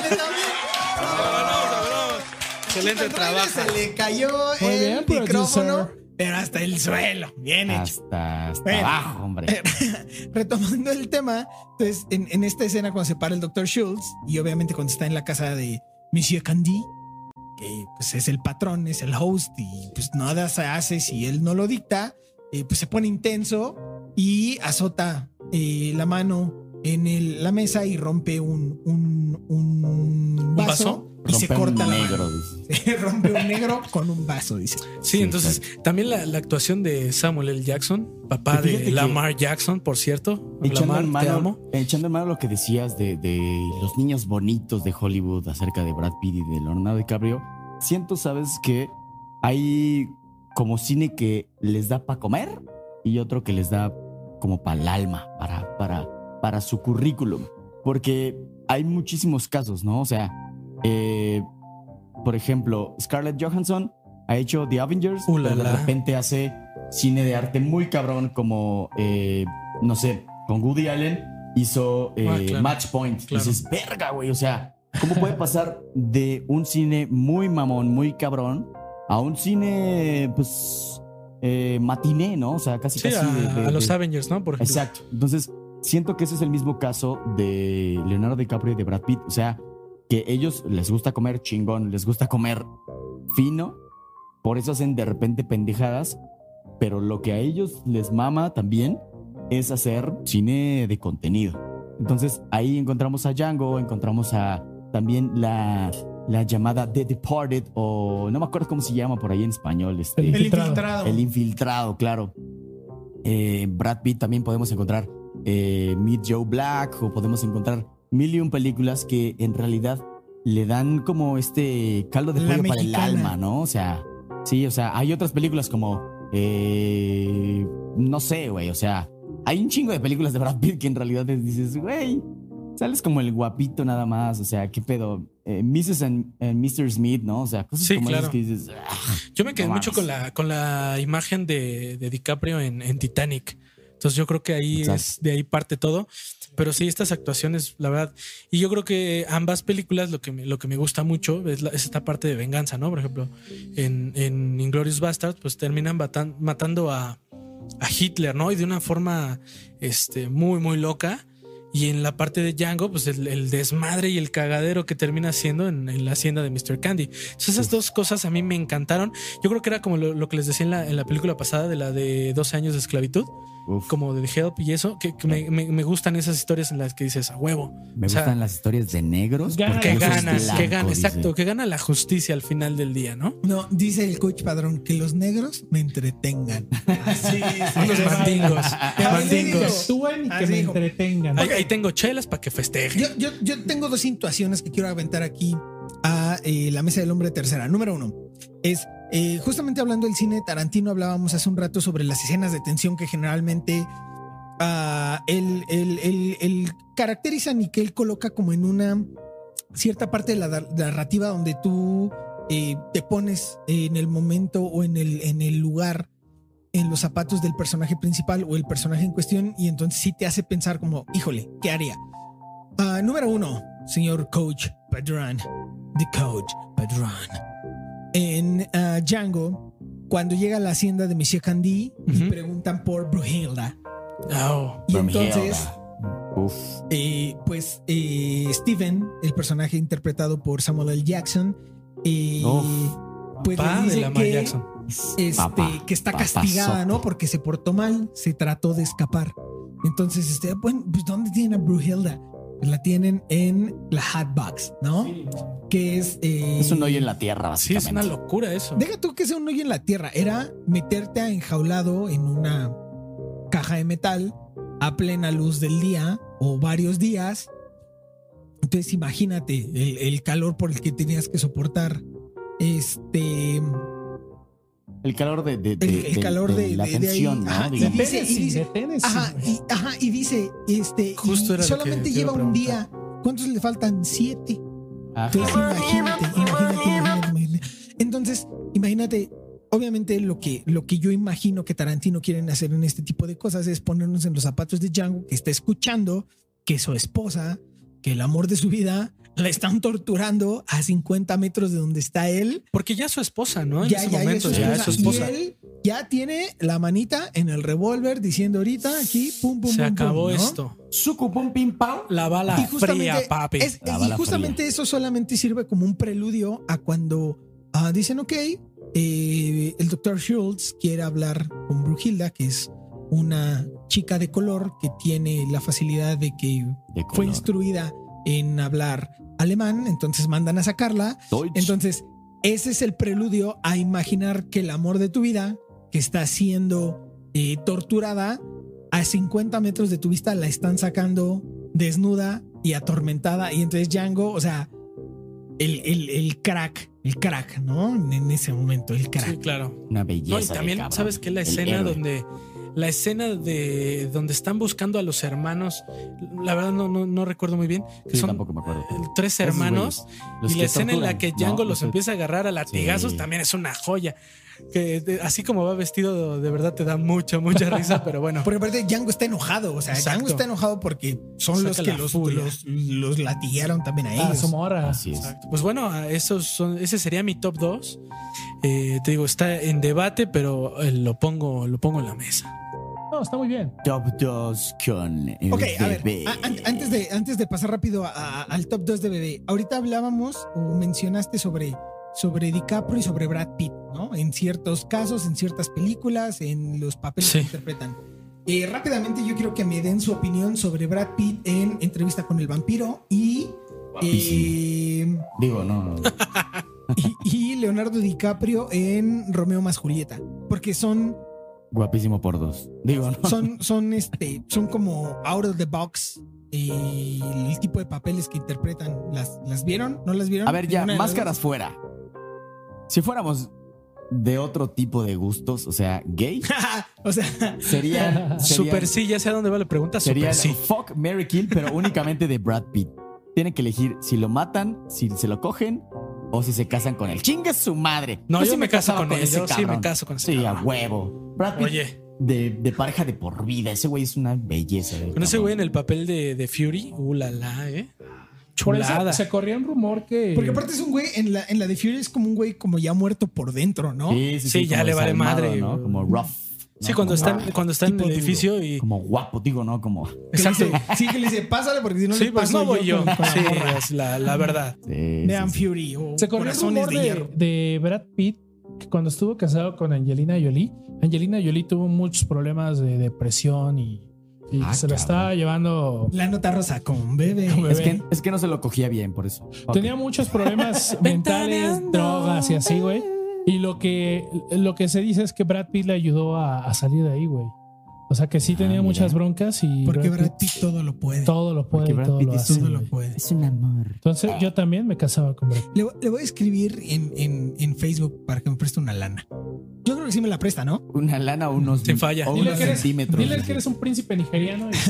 Excelente trabajo. Se le cayó el micrófono, pero hasta el suelo. Bien hecho. Hasta abajo, hombre. Retomando el tema, entonces en esta escena cuando se para el Dr. Schultz, y obviamente cuando está en la casa de Monsieur Candy, que pues es el patrón, es el host, y pues nada se hace si él no lo dicta, pues se pone intenso y azota la mano en la mesa y rompe un vaso. Y se corta la mano. Se rompe un negro con un vaso, dice. Sí, entonces exacto. También la actuación de Samuel L. Jackson, papá de Lamar Jackson, por cierto. Lamar, te amo. Echando en mano lo que decías de los niños bonitos de Hollywood acerca de Brad Pitt y de Leonardo DiCaprio, siento, ¿sabes? Que hay como cine que les da para comer y otro que les da como para el alma, para su currículum. Porque hay muchísimos casos, ¿no? O sea, por ejemplo, Scarlett Johansson ha hecho The Avengers, La, pero de la. repente hace cine de arte muy cabrón como, no sé, con Woody Allen hizo claro. Match Point. Claro. Dices, verga, güey, o sea, ¿cómo puede pasar de un cine muy mamón, muy cabrón, a un cine, pues, matiné, ¿no? O sea, casi Sí, casi a los Avengers, ¿no? Por ejemplo. Exacto. Entonces, siento que ese es el mismo caso de Leonardo DiCaprio y de Brad Pitt. O sea, que ellos les gusta comer chingón, les gusta comer fino, por eso hacen de repente pendejadas, pero lo que a ellos les mama también es hacer cine de contenido. Entonces, ahí encontramos a Django, encontramos a también la llamada The Departed, o no me acuerdo cómo se llama por ahí en español. El El infiltrado. El infiltrado, claro. Brad Pitt también podemos encontrar Meet Joe Black, o podemos encontrar mil y un películas que en realidad le dan como este caldo de La pollo para el mexicana. alma, ¿no? O sea, sí, o sea, hay otras películas como no sé, güey, o sea, hay un chingo de películas de Brad Pitt que en realidad dices, güey, sales como el guapito nada más, o sea, qué pedo. Mrs. and Mr. Smith, ¿no? O sea, cosas Sí, como claro. esas que dices, Yo me quedé no mucho mames. con la imagen de DiCaprio en Titanic. Entonces yo creo que ahí Exacto. de ahí parte todo. Pero sí, estas actuaciones, la verdad. Y yo creo que ambas películas lo que me gusta mucho es esta parte de venganza, ¿no? Por ejemplo, en Inglourious Basterds, pues terminan matando a Hitler, ¿no? Y de una forma muy, muy loca. Y en la parte de Django, pues el desmadre y el cagadero que termina haciendo en la hacienda de Mr. Candy. Entonces, esas dos cosas a mí me encantaron. Yo creo que era como lo que les decía en la película pasada, de la de 12 años de esclavitud, Uf, como de The Help y eso, que me gustan esas historias en las que dices, a huevo. me o sea, gustan las historias de negros. Gana. porque que no sos gana, blanco, dice. exacto, que gana la justicia al final del día, ¿no? No, dice el coach Padrón, que los negros me entretengan. Así es. Unos mandingos, mandingos. Actúen y que Así me dijo. entretengan. Ahí tengo chelas para que festejen. Yo tengo dos situaciones que quiero aventar aquí a la mesa del hombre tercera. Número uno es justamente hablando del cine de Tarantino, hablábamos hace un rato sobre las escenas de tensión que generalmente él caracterizan y que él coloca como en una cierta parte de la narrativa donde tú te pones en el momento o en el lugar, en los zapatos del personaje principal o el personaje en cuestión, y entonces sí te hace pensar como, híjole, ¿qué haría? Número uno, señor Coach Padrón, The Coach Padrón. En Django, cuando llega a la hacienda de Monsieur Candy y preguntan por Brunhilda. Oh. Y Brunhilda. entonces, Uf. pues Steven, el personaje interpretado por Samuel L. Jackson, pues Papá le de dice Lamar que, Jackson. Papá, que está castigada, ¿no? Porque se portó mal, se trató de escapar. Entonces, bueno, pues ¿dónde tienen a Brunhilda? Pues la tienen en la Hatbox, ¿no? Que Es un hoyo en la tierra, Sí, es básicamente. una locura eso. Deja tú que sea un hoyo en la tierra. Era meterte enjaulado en una caja de metal a plena luz del día o varios días. Entonces imagínate el calor por el que tenías que soportar El calor de el calor de la de ahí. tensión, Ajá, ¿no? y Digamos. dice, De Tennessee. y dice, Justo y era lo solamente que te iba lleva a un preguntar. día. ¿Cuántos le faltan? 7. Ajá. Entonces imagínate. Entonces, imagínate, obviamente lo que yo imagino que Tarantino quieren hacer en este tipo de cosas es ponernos en los zapatos de Django, que está escuchando que su esposa, que el amor de su vida, la están torturando a 50 metros de donde está él. Porque ya es su esposa, ¿no? En ese momento es ya es su esposa. Y él ya tiene la manita en el revólver diciendo ahorita aquí, pum, pum, Se pum, acabó pum, ¿no? esto. Sucupum pim pam. La bala Y justamente, fría, papi. La bala justamente eso solamente sirve como un preludio a cuando dicen, ok, el Dr. Schultz quiere hablar con Brunhilda, que es una chica de color que tiene la facilidad de que De fue color. instruida en hablar alemán, entonces mandan a sacarla. Deutsch. Entonces, ese es el preludio a imaginar que el amor de tu vida, que está siendo torturada a 50 metros de tu vista, la están sacando desnuda y atormentada. Y entonces Django, o sea, el crack, ¿no? En ese momento, el crack. Sí, claro. Una belleza. No, y también, de cabrón. ¿sabes qué? La El escena héroe. donde la escena de donde están buscando a los hermanos, la verdad no recuerdo muy bien. Sí, son tampoco me acuerdo. 3 hermanos. Los Y que la escena en la torturan, que Django ¿no? los empieza a agarrar a latigazos Sí. también es una joya. Así como va vestido, de verdad te da mucha risa, pero bueno. Porque aparte Django está enojado. O sea, Exacto. Django está enojado porque son Saca los que la furia. los latiguearon también a ellos. Su morra. Así es. Exacto. Pues bueno, ese sería mi top 2. Te digo, está en debate, pero lo pongo en la mesa. No, está muy bien. Top 2 con el Ok, a ver, bebé. antes de pasar rápido al top 2 de bebé, ahorita hablábamos o mencionaste sobre DiCaprio y sobre Brad Pitt, ¿no? En ciertos casos, en ciertas películas, en los papeles Sí. que interpretan. Rápidamente yo quiero que me den su opinión sobre Brad Pitt en Entrevista con el Vampiro y Digo, no. y Leonardo DiCaprio en Romeo más Julieta, porque son Guapísimo por 2. Digo, no. son como out of the box. El tipo de papeles que interpretan, ¿las vieron? ¿No las vieron? A ver, ya, ¿Ninguna de las máscaras fuera. Si fuéramos de otro tipo de gustos, o sea, gay, dos? O sea, serían Super sí, ya sé a dónde va la pregunta. serían Super sí. fuck, marry, kill, pero únicamente de Brad Pitt. Tienen que elegir si lo matan, si se lo cogen o si se casan con él. ¡Chingue su madre! No, yo sí me caso casaba con él. ese Yo sí cabrón. me caso con ese Sí, a cabrón. huevo. Brad Pitt Oye, de pareja de por vida. Ese güey es una belleza. con ese güey en el papel de Fury, la, Por eso chulada. se corría un rumor que. porque aparte es un güey, en la de Fury es como un güey como ya muerto por dentro, ¿no? Sí, ya como le vale desalmado, madre. ¿no? Como rough. Sí, ¿no? cuando Como- están en tipo el edificio y. Como guapo, digo, ¿no? Como. Que le Exacto. dice- sí, que le dice, pásale porque si no Sí, le pues paso no voy yo. con la Sí, morra. es la verdad. Sí, Vean sí, sí. Fury o se corrió un Corazones rumor de Hierro. de Brad Pitt que cuando estuvo casado con Angelina Jolie tuvo muchos problemas de depresión y se la estaba llevando. La nota rosa con bebé. Con bebé. Es que no se lo cogía bien, por eso. Ok. Tenía muchos problemas mentales, Ventaneando. drogas y así, güey. Y lo que se dice es que Brad Pitt le ayudó a salir de ahí, güey. O sea que sí tenía mira. muchas broncas y Porque Brad Pitt todo lo puede. todo lo puede Porque y Brad todo Pitt lo es hace. Todo lo güey. puede. Es un amor. Entonces yo también me casaba con Brad Pitt. Le voy a escribir en Facebook para que me preste una lana. Yo creo que sí me la presta, ¿no? Una lana o unos, Sin falla. o Dile unos que eres, centímetros. dile que eres un príncipe nigeriano y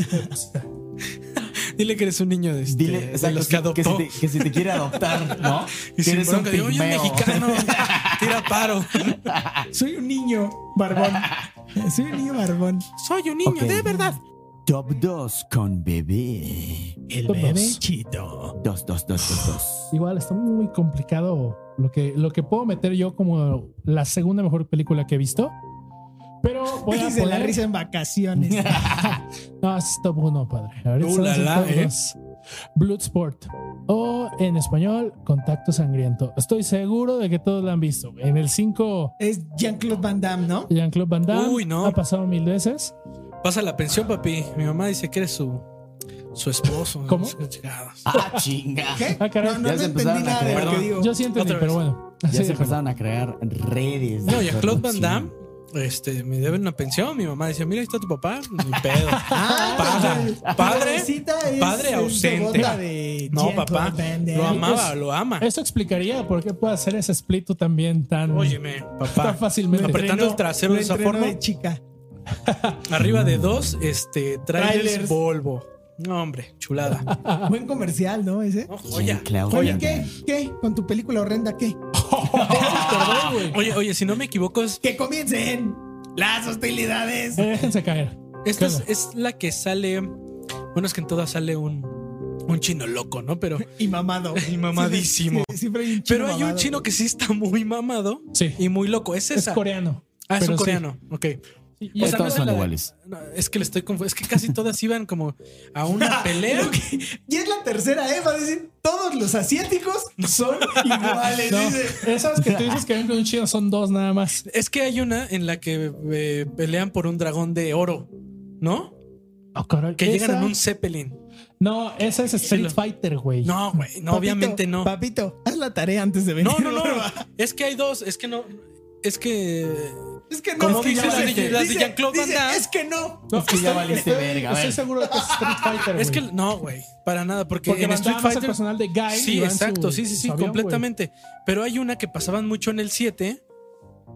Dile que eres un niño de, Dile, de exacto, los que adoptó. que si te quiere adoptar, ¿no? Y Que sin eres bronca, un digo, oye, es pigmeo. mexicano. Tira paro. Soy un niño barbón. Soy un niño barbón. Soy un niño, Ok. de verdad. Top 2 con bebé. El Top bebé dos. chito. 2. igual está muy complicado lo que puedo meter yo como la segunda mejor película que he visto. Pero voy a Dice la poner... risa en vacaciones. No, es top 1, padre. Ahorita estamos en la, top ¿eh? 2. Bloodsport. O en español, Contacto Sangriento. Estoy seguro de que todos la han visto. En el 5, Es Jean-Claude Van Damme, ¿no? Jean-Claude Van Damme. Uy, no. Ha pasado 1000 veces. Pasa la pensión, papi. Mi mamá dice que eres su esposo. ¿Cómo? Ah, chinga. ¿Qué? Ah, caray. No Ya se entendí empezaron a nada de lo creer. que digo. Yo sí entendí, Otra pero vez. bueno. Ya Así se déjalo. empezaron a crear redes. No, de y a Claude Van corrupción. Damme, me deben una pensión. Mi mamá decía, mira, ahí está tu papá. Ni pedo. Ah, Paga. Padre, padre ausente. No, papá. Lo amaba, lo ama. Esto explicaría por qué puede hacer ese split también tan, Óyeme, tan papá. fácilmente. Apretando el trasero de esa forma. de chica. Arriba de 2, trailers Trailers. Volvo. No, hombre, chulada. Buen comercial, ¿no? Ese. No, joya. Jean-Claude Oye, Van ¿qué? Damme. ¿Qué? ¿Con tu película horrenda qué? Perdón, güey. Oye, si no me equivoco, ¡Que comiencen las hostilidades! Déjense caer. esta Claro. es la que sale. Bueno, es que en todas sale un chino loco, ¿no? Pero Y mamado. Y mamadísimo. Sí, siempre hay un chino Pero hay un mamado. chino que sí está muy mamado Sí. y muy loco. Es Es esa. coreano. Ah, es pero un sí. coreano. Ok. Y O sea, Todos no es son la- iguales. No, es que le estoy confundiendo. Es que casi todas iban como a una pelea. Y es la tercera, va a decir, todos los asiáticos son iguales. No, dice. esas que tú dices que ven con un chino son dos nada más. Es que hay una en la que pelean por un dragón de oro, ¿no? Oh, caray. Que llegan Esa- en un Zeppelin. No, esa es Street lo- Fighter, güey. No, güey. No, Papito, obviamente no. Papito, haz la tarea antes de venir. No. Es que hay dos. Es que no. Es que. Es que no. Como es que dice ya la de- valiste. las de Jean-Claude Van dice, Damme. es que no. No, Es que ya valiste verga, a Estoy ver. seguro de que es Street Fighter. Es que güey. no, güey. Para nada. Porque, Porque en Van Street Damme es el Fighter. personal de Guy. Sí, y va en exacto. su- Sí, su avión, completamente. Pero hay una que pasaban mucho en el 7.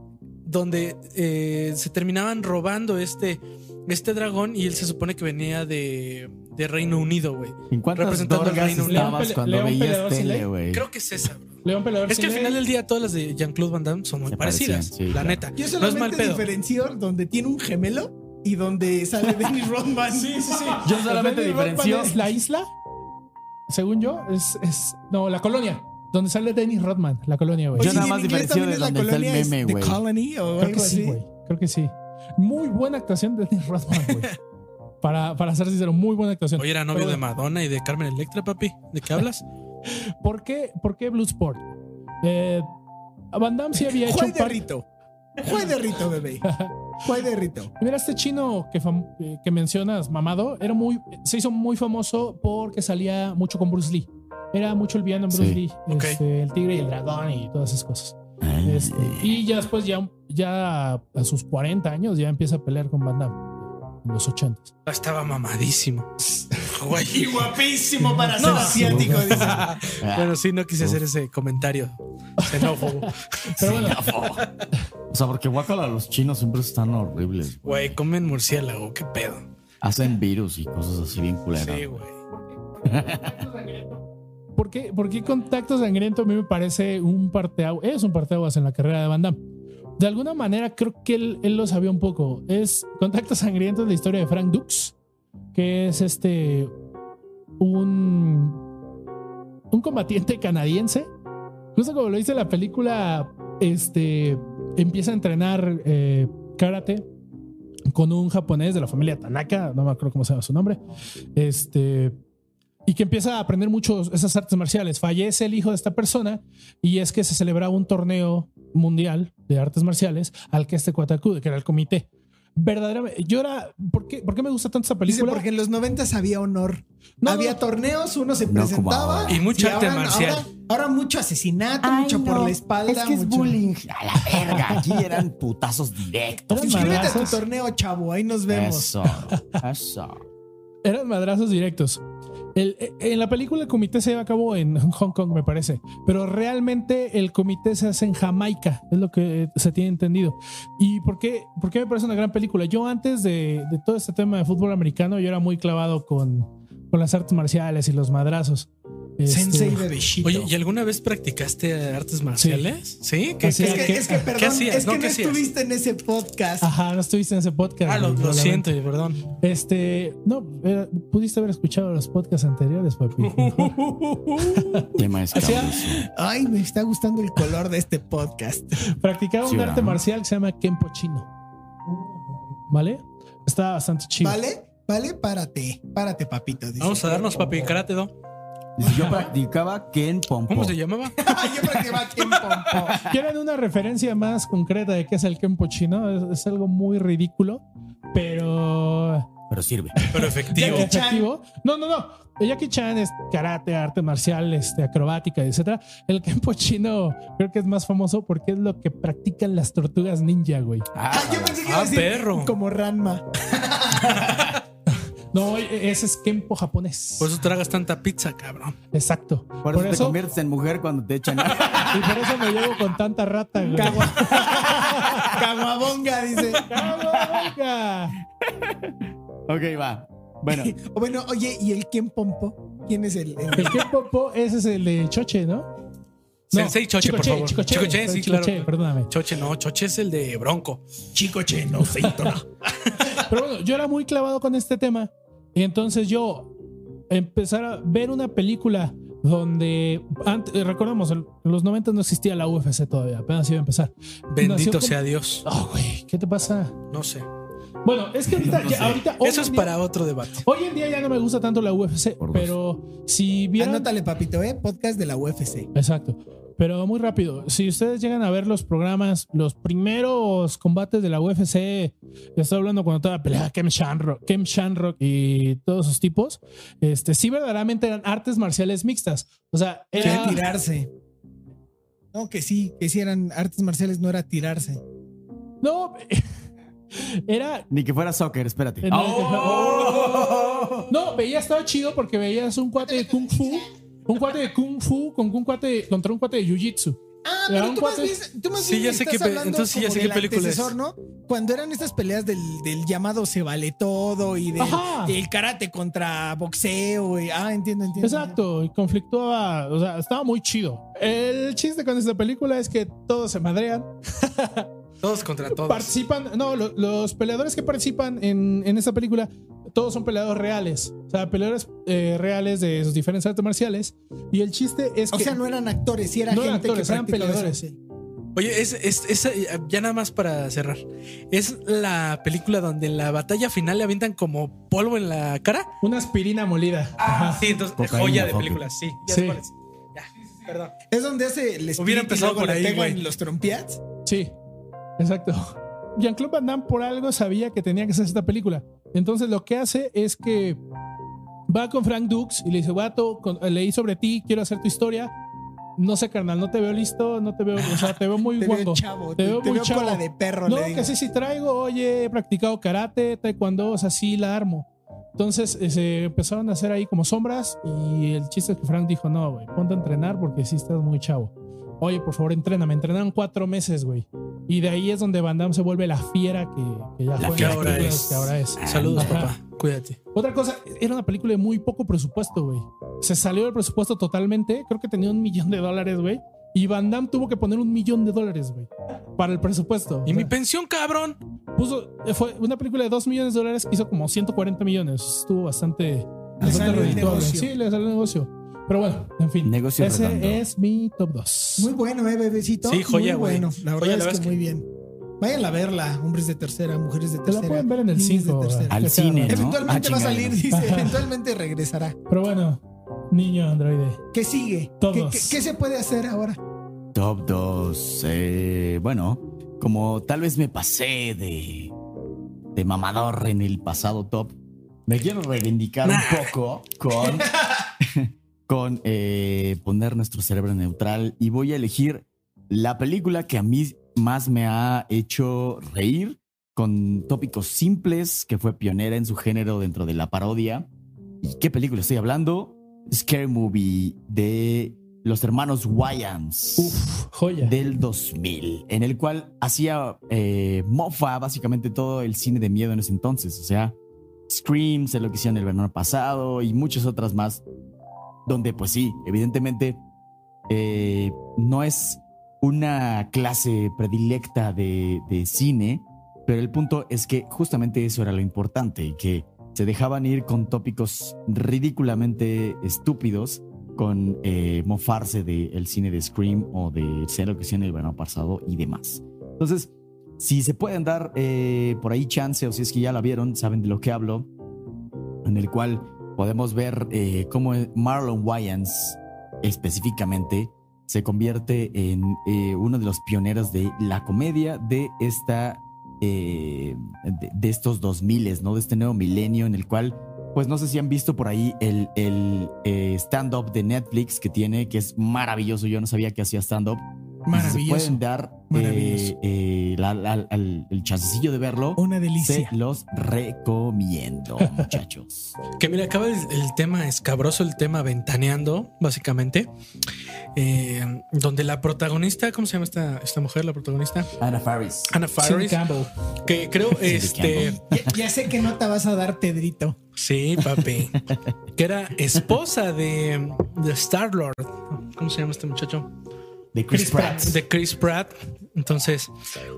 donde se terminaban robando este dragón y él se supone que venía de Reino Unido, güey. ¿En cuántas representando al dorgas Reino Unido. estabas cuando León veías Peleador sin tele, ley. güey? Creo que es esa, bro. León Peleador Es que sin al ley. final del día todas las de Jean-Claude Van Damme son muy Se parecidas, parecían, sí, la claro. neta. Yo No es mal solamente pedo. diferencio donde tiene un gemelo y donde sale Dennis Rodman. Sí. Yo solamente Dennis Rodman diferencio. es la isla, según yo, no, la colonia, donde sale Dennis Rodman, la colonia, güey. Yo Oye, nada ¿y en más inglés diferencio también de es la donde está el colonia, es meme, The güey. Colony o Creo algo que sí, así? güey. Creo que sí. Muy buena actuación de Dennis Rodman, güey. Para ser sincero, muy buena actuación. Oye, era novio Pero de bueno, Madonna y de Carmen Electra, papi. ¿De qué hablas? ¿Por qué Bloodsport? Van Damme sí había hecho Juay un de par... Rito. Juay de Rito, bebé. Juay de Rito. Mira, este chino que mencionas, mamado, se hizo muy famoso porque salía mucho con Bruce Lee. Era mucho el villano en Bruce Sí. Lee. Ok. El tigre y el dragón y todas esas cosas. Ay, Y ya después, ya a sus 40 años, ya empieza a pelear con Van Damme. En los 80. Estaba mamadísimo. Güey. Y guapísimo para ser No. asiático, dice. Bueno, sí, no quise hacer ese comentario xenófobo. Pero bueno, O sea, porque guácala, los chinos siempre están horribles. Güey, comen murciélago, qué pedo. Hacen virus y cosas así bien culeras. Sí, güey. ¿por qué Contacto Sangriento a mí me parece un parteaguas en la carrera de Van Damme? De alguna manera creo que él lo sabía un poco. Contacto Sangriento es la historia de Frank Dux, que es un combatiente canadiense. Justo como lo dice la película, empieza a entrenar karate con un japonés de la familia Tanaka, no me acuerdo cómo se llama su nombre, y que empieza a aprender mucho esas artes marciales. Fallece el hijo de esta persona y es que se celebraba un torneo mundial de artes marciales al que cuate acude, que era el comité. Verdaderamente, ¿por qué me gusta tanto esta Dice, película? porque en los 90s había honor. No, había no. torneos, uno se No como presentaba. ahora. Y mucha arte marcial. Ahora mucho asesinato, Ay, mucho por no. la espalda. Es que es mucho... bullying. A la verga, aquí eran putazos directos. Eran Inscríbete a tu madrazos. torneo, chavo. Ahí nos vemos. Eso. Eran madrazos directos. En la película el comité se lleva a cabo en Hong Kong, me parece, pero realmente el comité se hace en Jamaica, es lo que se tiene entendido. ¿Y por qué me parece una gran película? Yo antes de todo este tema de fútbol americano, yo era muy clavado con las artes marciales y los madrazos. Sensei bebecito. Oye, ¿y alguna vez practicaste artes marciales? ¿Sí? ¿Qué, Así qué- es Es que, perdón, ¿Qué hacías? es que no ¿qué hacías? estuviste en ese podcast. Ajá, no estuviste en ese podcast. Ah, lo güey, siento, perdón. Pudiste haber escuchado los podcasts anteriores, papi. Tema Hacía- escabroso. Ay, me está gustando el color de este podcast. Practicaba Sí, un arte ¿verdad? marcial que se llama Kenpo chino. ¿Vale? Está bastante chido. ¿Vale? Párate, papito. Dice. Vamos a darnos papi karate, ¿no? Dice, yo practicaba Ken Pompo. ¿Cómo se llamaba? Yo practicaba aquí en Pompo. ¿Quieren una referencia más concreta de qué es el Kenpo chino? Es algo muy ridículo, pero Pero sirve. Pero efectivo. Jackie Chan. efectivo. No. Jackie Chan es karate, arte marcial, acrobática, etcétera. El Kenpo chino creo que es más famoso porque es lo que practican las tortugas ninja, güey. Yo pensé que iba a decir perro. como Ranma. No, ese es Kenpo japonés. Por eso tragas tanta pizza, cabrón. Exacto. Por eso te conviertes en mujer cuando te echan. y por eso me llevo con tanta rata, güey. Caguabonga, dice. ¡Caguabonga! Ok, va. Bueno, Bueno, oye, ¿y el Ken Pompo? ¿Quién es el? El Kenpo, ese es el de Choche, ¿no? Sensei Choche, por favor. Chicoche, sí, claro. Perdóname. Choche no, Choche es el de Bronco. Chico Che, no sé. Pero bueno, yo era muy clavado con este tema. Y entonces yo empezar a ver una película donde recordamos, en los 90 no existía la UFC todavía, apenas iba a empezar. Bendito Nació sea Dios. Oh, güey, ¿qué te pasa? No sé. Bueno, es que ahorita, hoy Eso es en día- para otro debate. Hoy en día ya no me gusta tanto la UFC, Por dos. pero si vieran... Anótale, papito, podcast de la UFC. Exacto. Pero muy rápido, si ustedes llegan a ver los programas, los primeros combates de la UFC, ya estoy hablando cuando estaba peleada Kem Shamrock y todos esos tipos, sí verdaderamente eran artes marciales mixtas. O sea, Era era... tirarse. No, que sí eran artes marciales, no era tirarse. No, era... ni que fuera soccer, espérate. No, estaba chido porque veías un cuate de Kung Fu, con un cuate de Jiu-Jitsu. pero tú más Sí, bien ya sé estás qué hablando entonces sí, ya como sé qué del película es. antecesor, ¿no? Cuando eran estas peleas del llamado se vale todo y del karate contra boxeo. Entiendo. Exacto, y conflictuaba, o sea, estaba muy chido. El chiste con esta película es que todos se madrean. Todos contra todos. Participan, no, los peleadores que participan en esta película, todos son peleadores reales. O sea, peleadores reales de sus diferentes artes marciales. Y el chiste es que. O sea, no eran actores, sí era no gente eran actores, que eran peleadores. eso, sí. Oye, ya nada más para cerrar. ¿Es la película donde en la batalla final le avientan como polvo en la cara? Una aspirina molida. Sí, entonces, Cocaína, joya de fuck película, sí. Ya Sí. sé cuál es. Ya, perdón. Es donde hace el Hubiera empezado y luego por le ahí, pegan güey. los trompiats. Sí, exacto. Jean-Claude Van Damme por algo sabía que tenía que hacer esta película. Entonces lo que hace es que va con Frank Dux y le dice, vato, leí sobre ti, quiero hacer tu historia. No sé, carnal, no te veo listo, no te veo, o sea, te veo muy Te guango. veo chavo, Te veo muy chavo. cola de perro, No, le digo. que sí traigo, oye, he practicado karate, taekwondo, o sea, sí la armo. Entonces se empezaron a hacer ahí como sombras y el chiste es que Frank dijo, no, güey, ponte a entrenar porque sí estás muy chavo. Oye, por favor, entréname. Entrenaron 4 meses, güey. Y de ahí es donde Van Damme se vuelve la fiera que ya fue. Que ahora que ahora es. Saludos, Ajá. papá. Cuídate. Otra cosa, era una película de muy poco presupuesto, güey. Se salió del presupuesto totalmente. Creo que tenía $1 millón, güey. Y Van Damme tuvo que poner $1 millón, güey, para el presupuesto. ¿Y O mi sea, pensión, cabrón? fue una película de $2 millones, hizo como 140 millones. Estuvo bastante salió el redituable. negocio. Sí, le salió el negocio. Pero bueno, en fin. Negocio ese redondo. es mi top 2. Muy bueno, bebecito. Sí, joya, muy güey. bueno. La Joya, verdad la es que muy bien. Vayan a verla, hombres de tercera, mujeres de Te tercera. la pueden ver en el niños 5. de tercera. Al cine, ¿no? Eventualmente va a chingada, salir, no. dice. Eventualmente regresará. Pero bueno, niño androide. ¿Qué sigue? Todos. ¿Qué se puede hacer ahora? Top 2. Bueno, como tal vez me pasé de mamador en el pasado top, me quiero reivindicar un poco con poner nuestro cerebro neutral y voy a elegir la película que a mí más me ha hecho reír, con tópicos simples, que fue pionera en su género dentro de la parodia. ¿Y qué película estoy hablando? Scary Movie de los hermanos Wayans. Uf, joya. Del 2000, en el cual hacía mofa básicamente todo el cine de miedo en ese entonces. O sea, Scream, se lo que hicieron el verano pasado y muchas otras más, donde pues sí, evidentemente no es una clase predilecta de cine, pero el punto es que justamente eso era lo importante, que se dejaban ir con tópicos ridículamente estúpidos, con mofarse del cine de Scream o de ser lo que hicieron el verano pasado y demás. Entonces, si se pueden dar por ahí chance, o si es que ya la vieron, saben de lo que hablo, en el cual podemos ver cómo Marlon Wayans específicamente se convierte en uno de los pioneros de la comedia de esta de estos 2000, ¿no? De este nuevo milenio en el cual, pues no sé si han visto por ahí el stand-up de Netflix que tiene, que es maravilloso. Yo no sabía que hacía stand-up. Maravilloso. Si se pueden dar Maravilloso. el chancecillo de verlo, Una delicia. se los recomiendo, muchachos. Que mira, acaba el tema escabroso, el tema ventaneando, básicamente. Donde la protagonista, ¿cómo se llama esta mujer? La protagonista, Anna Faris. Anna Cindy Faris, Campbell. que creo, Campbell. Ya sé que no te vas a dar, Pedrito. sí, papi, que era esposa de Star-Lord. ¿Cómo se llama este muchacho? De Chris Pratt. De Chris Pratt. Entonces,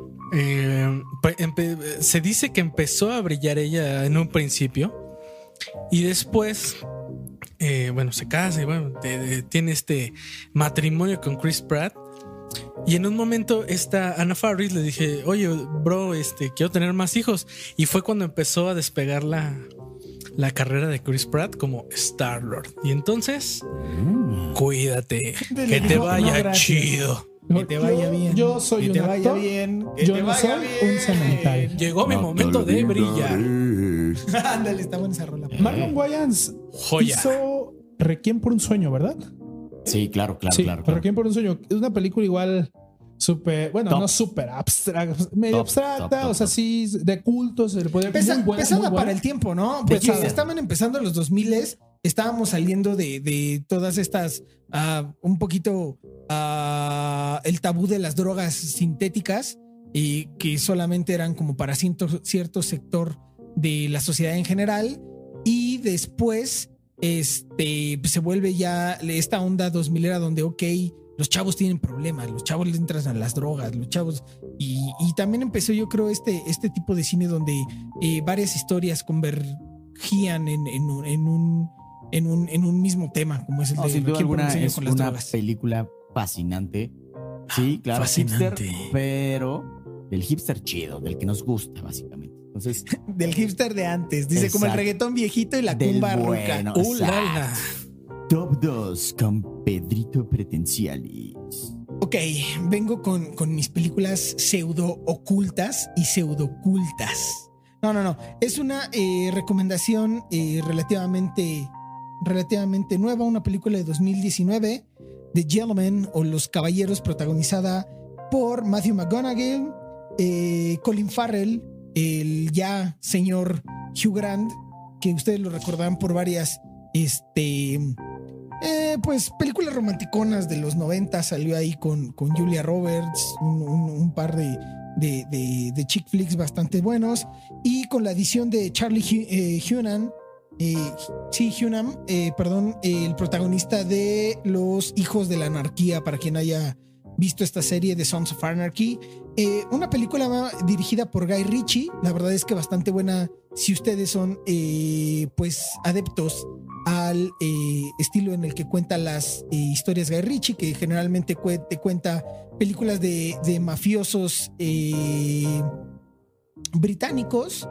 se dice que empezó a brillar ella en un principio y después, bueno, se casa y bueno, tiene este matrimonio con Chris Pratt. Y en un momento esta Anna Faris le dije, oye, bro, quiero tener más hijos. Y fue cuando empezó a despegar la carrera de Chris Pratt como Star-Lord. Y entonces, cuídate, que te No, vaya gracias. chido. Que te vaya bien. Yo soy que un te vaya actor. bien. Que Yo te no vaya soy bien. un cemental. Llegó mi momento de brillar. Ándale, está buena esa rola. Marlon Wayans Joya. hizo Requiem por un sueño, ¿verdad? Sí, claro. Sí, claro. Requiem por un sueño. Es una película igual súper, bueno, Top. no súper abstracta, medio Top, abstracta, top, o sea, top. sí, de culto, se le puede muy buena, Pesada muy buena. para el tiempo, ¿no? Pesada. Porque estaban empezando los 2000 estábamos saliendo de todas estas, un poquito el tabú de las drogas sintéticas, que solamente eran como para cierto sector de la sociedad en general, y después pues se vuelve ya esta onda 2000era donde, ok, los chavos tienen problemas, los chavos les entran a las drogas, los chavos, y también empezó, yo creo, este tipo de cine donde varias historias convergían en un mismo tema, como es el de sin duda alguna es con las una drogas. película fascinante. Sí, claro, Fascinante. hipster, pero del hipster chido, del que nos gusta, básicamente. Entonces, Del hipster de antes, dice, como el Exacto. reggaetón viejito y la del cumba ruca. bueno, La, exacto. la. Top 2 con Pedrito Pretencialis. Ok, vengo con mis películas pseudo ocultas y pseudo ocultas. No. Es una recomendación relativamente nueva, una película de 2019, The Gentlemen o Los Caballeros, protagonizada por Matthew McConaughey, Colin Farrell, el ya señor Hugh Grant, que ustedes lo recordarán por varias pues películas romanticonas de los 90. Salió ahí con Julia Roberts, un par de chick flicks bastante buenos, y con la edición de Charlie Hunnam, el protagonista de Los Hijos de la Anarquía, para quien haya visto esta serie de Sons of Anarchy. Una película dirigida por Guy Ritchie. La verdad es que bastante buena si ustedes son pues adeptos al estilo en el que cuenta las historias Guy Ritchie, que generalmente te cuenta películas de mafiosos británicos,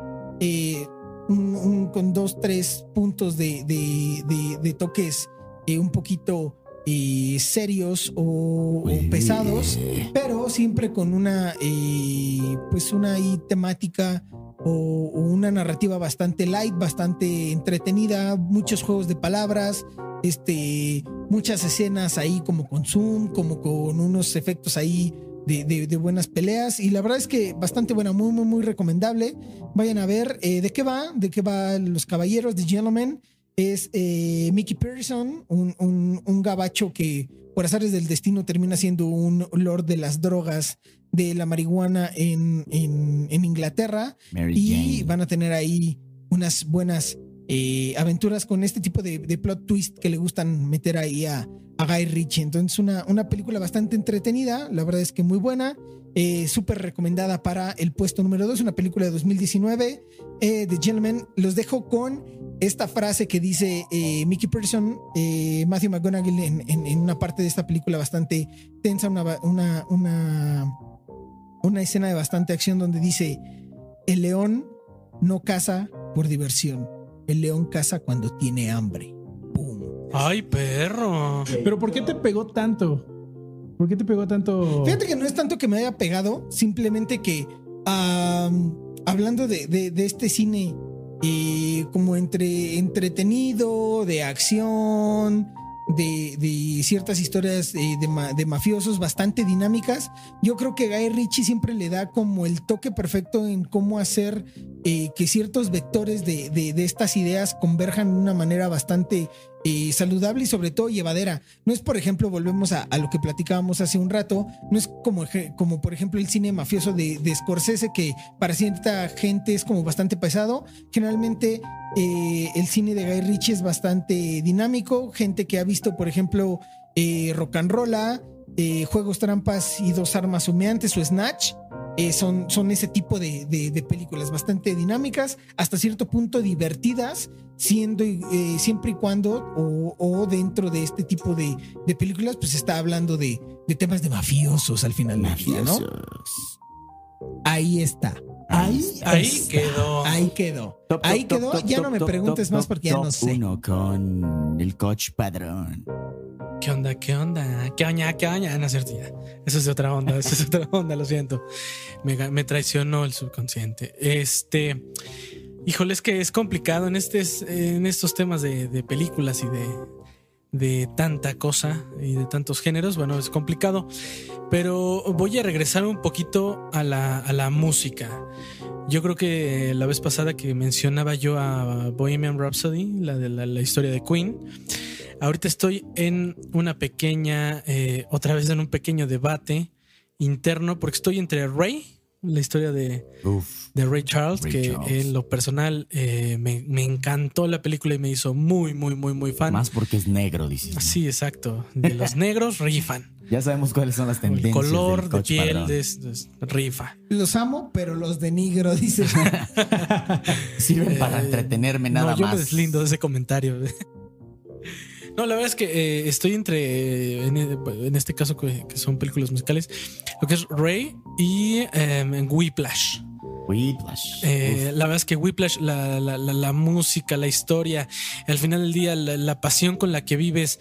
con 2-3 puntos de toques un poquito serios o pesados, pero siempre con una pues una temática o una narrativa bastante light, bastante entretenida, muchos juegos de palabras, muchas escenas ahí como con zoom, como con unos efectos ahí de buenas peleas, y la verdad es que bastante buena, muy, muy, muy recomendable. Vayan a ver de qué va Los Caballeros, The Gentlemen. Es Mickey Pearson, un gabacho que por azares del destino termina siendo un lord de las drogas, de la marihuana en Inglaterra. Mary Y Jane. van a tener ahí unas buenas aventuras con este tipo de plot twist que le gustan meter ahí a Guy Ritchie. Entonces una película bastante entretenida, la verdad es que muy buena, súper recomendada para el puesto número 2, una película de 2019, The Gentleman. Los dejo con esta frase que dice Mickey Pearson, Matthew McConaughey en una parte de esta película bastante tensa, una escena de bastante acción donde dice: el león no caza por diversión, el león caza cuando tiene hambre. ¡Pum! Ay, perro. Pero ¿por qué te pegó tanto? ¿Por qué te pegó tanto? Fíjate que no es tanto que me haya pegado, simplemente que hablando de este cine como entretenido, de acción, de ciertas historias de mafiosos bastante dinámicas, yo creo que Guy Ritchie siempre le da como el toque perfecto en cómo hacer que ciertos vectores de estas ideas converjan de una manera bastante saludable y sobre todo llevadera. No es, por ejemplo, volvemos a lo que platicábamos hace un rato, no es como por ejemplo el cine mafioso de Scorsese, que para cierta gente es como bastante pesado. Generalmente el cine de Guy Ritchie es bastante dinámico. Gente que ha visto, por ejemplo, Rock and Rolla, Juegos, Trampas y Dos Armas Humeantes o Snatch, son ese tipo de películas bastante dinámicas, hasta cierto punto divertidas, siendo siempre y cuando o dentro de este tipo de películas pues está hablando de temas de mafiosos al final del día, ¿no? Ahí está. Ahí quedó. Ahí quedó. Ahí quedó. Ya no me preguntes más porque ya no sé. Uno con el coach padrón. ¿Qué onda? ¿Qué onda? ¿Qué oña? ¿Qué oña? No es cierto, ya. Eso es de otra onda. Eso es de otra onda, lo siento. Me traicionó el subconsciente. Híjole, es que es complicado en estos temas de películas y de tanta cosa y de tantos géneros, bueno, es complicado, pero voy a regresar un poquito a la música. Yo creo que la vez pasada que mencionaba yo a Bohemian Rhapsody, la de la historia de Queen, ahorita estoy en una pequeña, otra vez en un pequeño debate interno, porque estoy entre Ray, la historia de Ray Charles, en lo personal me encantó la película y me hizo muy, muy, muy, muy fan. Más porque es negro, dices, ¿no? Sí, exacto. De los negros, rifan. Ya sabemos cuáles son las tendencias. El color de piel Padrón. rifa. Los amo, pero los denigro, dice. Sirven para entretenerme nada no, yo más. me deslindo de ese comentario. No, la verdad es que estoy entre, en este caso que son películas musicales, lo que es Ray y Whiplash. Whiplash. La verdad es que Whiplash, la música, la historia, al final del día, la pasión con la que vives,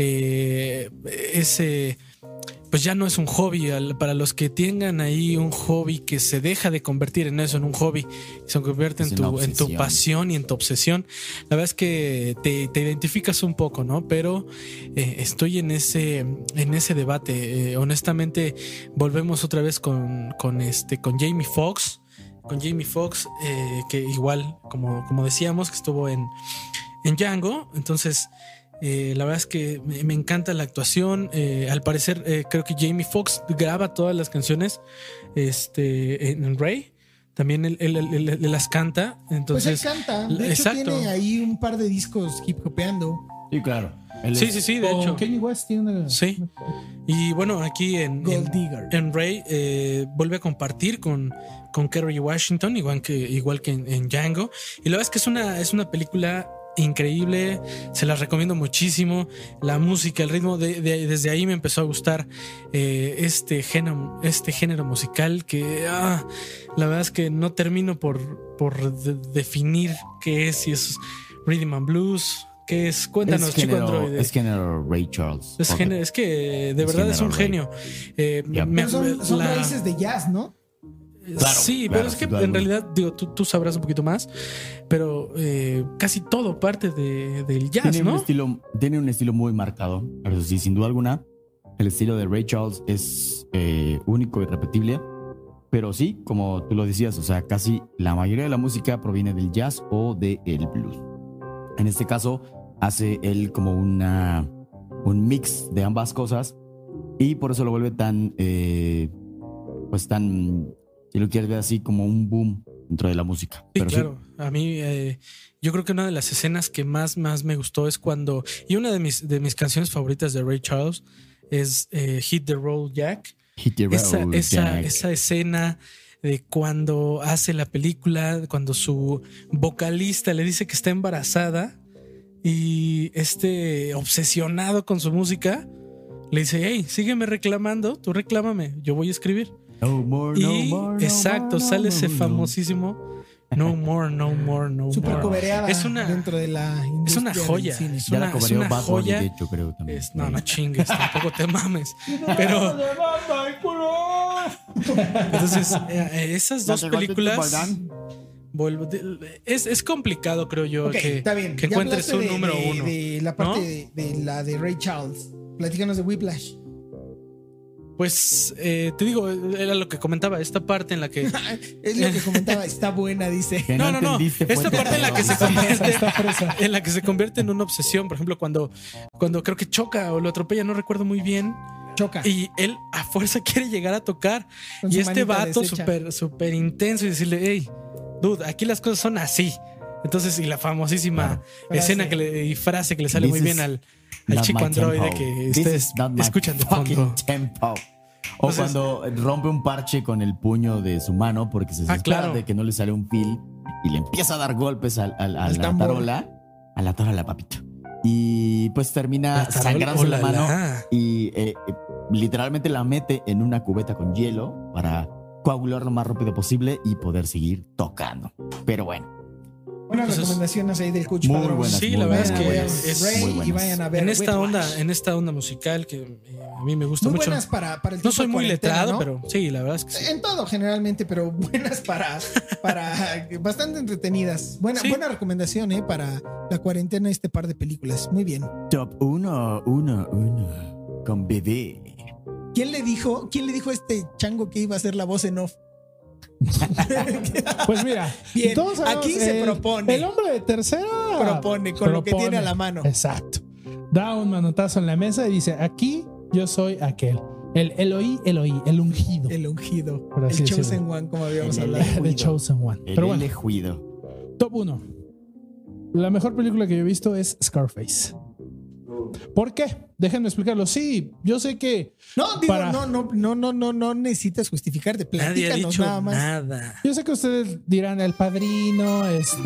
pues ya no es un hobby. Para los que tengan ahí un hobby que se deja de convertir en eso, en un hobby, se convierte en tu pasión y en tu obsesión, la verdad es que te identificas un poco, ¿no? Pero estoy en ese debate. Honestamente, volvemos otra vez con Jamie Foxx. Con Jamie Foxx, que igual, como decíamos, que estuvo en Django. Entonces, la verdad es que me encanta la actuación. Al parecer, creo que Jamie Foxx graba todas las canciones en Ray. También él las canta. Entonces, Pues él canta. De hecho, tiene ahí un par de discos hip hopeando. Sí, claro. Sí, de hecho. Kanye West tiene una... Sí. Y bueno, aquí en Ray vuelve a compartir con Kerry Washington, igual que en Django. Y la verdad es que es una película increíble, se las recomiendo muchísimo. La música, el ritmo, desde ahí me empezó a gustar este género musical que la verdad es que no termino por definir qué es, si es rhythm and blues. ¿Qué es? Cuéntanos, chico androide. Es género Ray Charles. Es que de verdad es un genio. Pero son raíces de jazz, ¿no? Claro, sí, pero es que en realidad, digo, tú sabrás un poquito más, pero casi todo parte del jazz, tiene ¿no? Tiene un estilo muy marcado, pero sí, sin duda alguna, el estilo de Ray Charles es único y irrepetible. Pero sí, como tú lo decías, o sea, casi la mayoría de la música proviene del jazz o del blues. En este caso, hace él como un mix de ambas cosas y por eso lo vuelve tan, si lo quieres ver así, como un boom dentro de la música. Sí, pero claro. Sí. A mí, yo creo que una de las escenas que más me gustó es cuando, y una de mis canciones favoritas de Ray Charles es Hit the Road Jack. Hit the Road Jack. Esa escena de cuando hace la película, cuando su vocalista le dice que está embarazada y obsesionado con su música le dice: hey, sígueme reclamando, tú reclámame, yo voy a escribir. No more, y no more, exacto, no sale more, ese famosísimo No more, no more, no Super more. cobereada dentro de la industria. Es una joya. Del cine. Es una joya. De hecho, creo, también. No chingues, tampoco te mames. Pero entonces, esas dos películas es complicado, creo yo, Okay, está bien. que encuentres un número uno. De la parte de la de Ray Charles. Platícanos de Whiplash. Pues te digo, era lo que comentaba, esta parte en la que es lo que comentaba, está buena, dice. No. Esta parte en la que se convierte en una obsesión, por ejemplo, cuando creo que choca o lo atropella, no recuerdo muy bien. Choca. Y él a fuerza quiere llegar a tocar. Con y su este manita vato deshecha. súper intenso y decirle: hey, dude, aquí las cosas son así. Entonces, y la famosísima escena y frase que le sale muy bien al chico androide que ustedes escuchan de fondo. Tempo. O entonces, cuando rompe un parche con el puño de su mano porque se desespera de que no le sale un fil y le empieza a dar golpes a la tarola, papito. Y pues termina sangrándose la mano y literalmente la mete en una cubeta con hielo para coagular lo más rápido posible y poder seguir tocando. Pero bueno. Buenas recomendaciones ahí del coach muy Padrón. buenas, sí, muy la verdad buenas, es que Ray y vayan a ver en esta onda musical que mí me gusta Muy mucho. buenas para el No tiempo soy de muy cuarentena, letrado, ¿no? pero sí, la verdad es que sí. En todo, generalmente, pero buenas para bastante entretenidas. Buena recomendación, para la cuarentena, este par de películas. Muy bien. Top 1 con bebé. ¿Quién le dijo a este chango que iba a ser la voz en off? Pues mira, Bien, todos sabemos, aquí se propone. El hombre de tercera Propone con lo que tiene a la mano. Exacto. Da un manotazo en la mesa y dice: aquí yo soy aquel. El Eloí, el ungido. El ungido. Por así El decirlo. Chosen One, como habíamos El hablado. The Chosen One. Pero bueno, elegido. top 1. La mejor película que yo he visto es Scarface. ¿Por qué? Déjenme explicarlo. Sí, yo sé que. No, digo, no necesitas justificarte. Nadie ha Platícanos dicho nada más. nada. Yo sé que ustedes dirán El Padrino,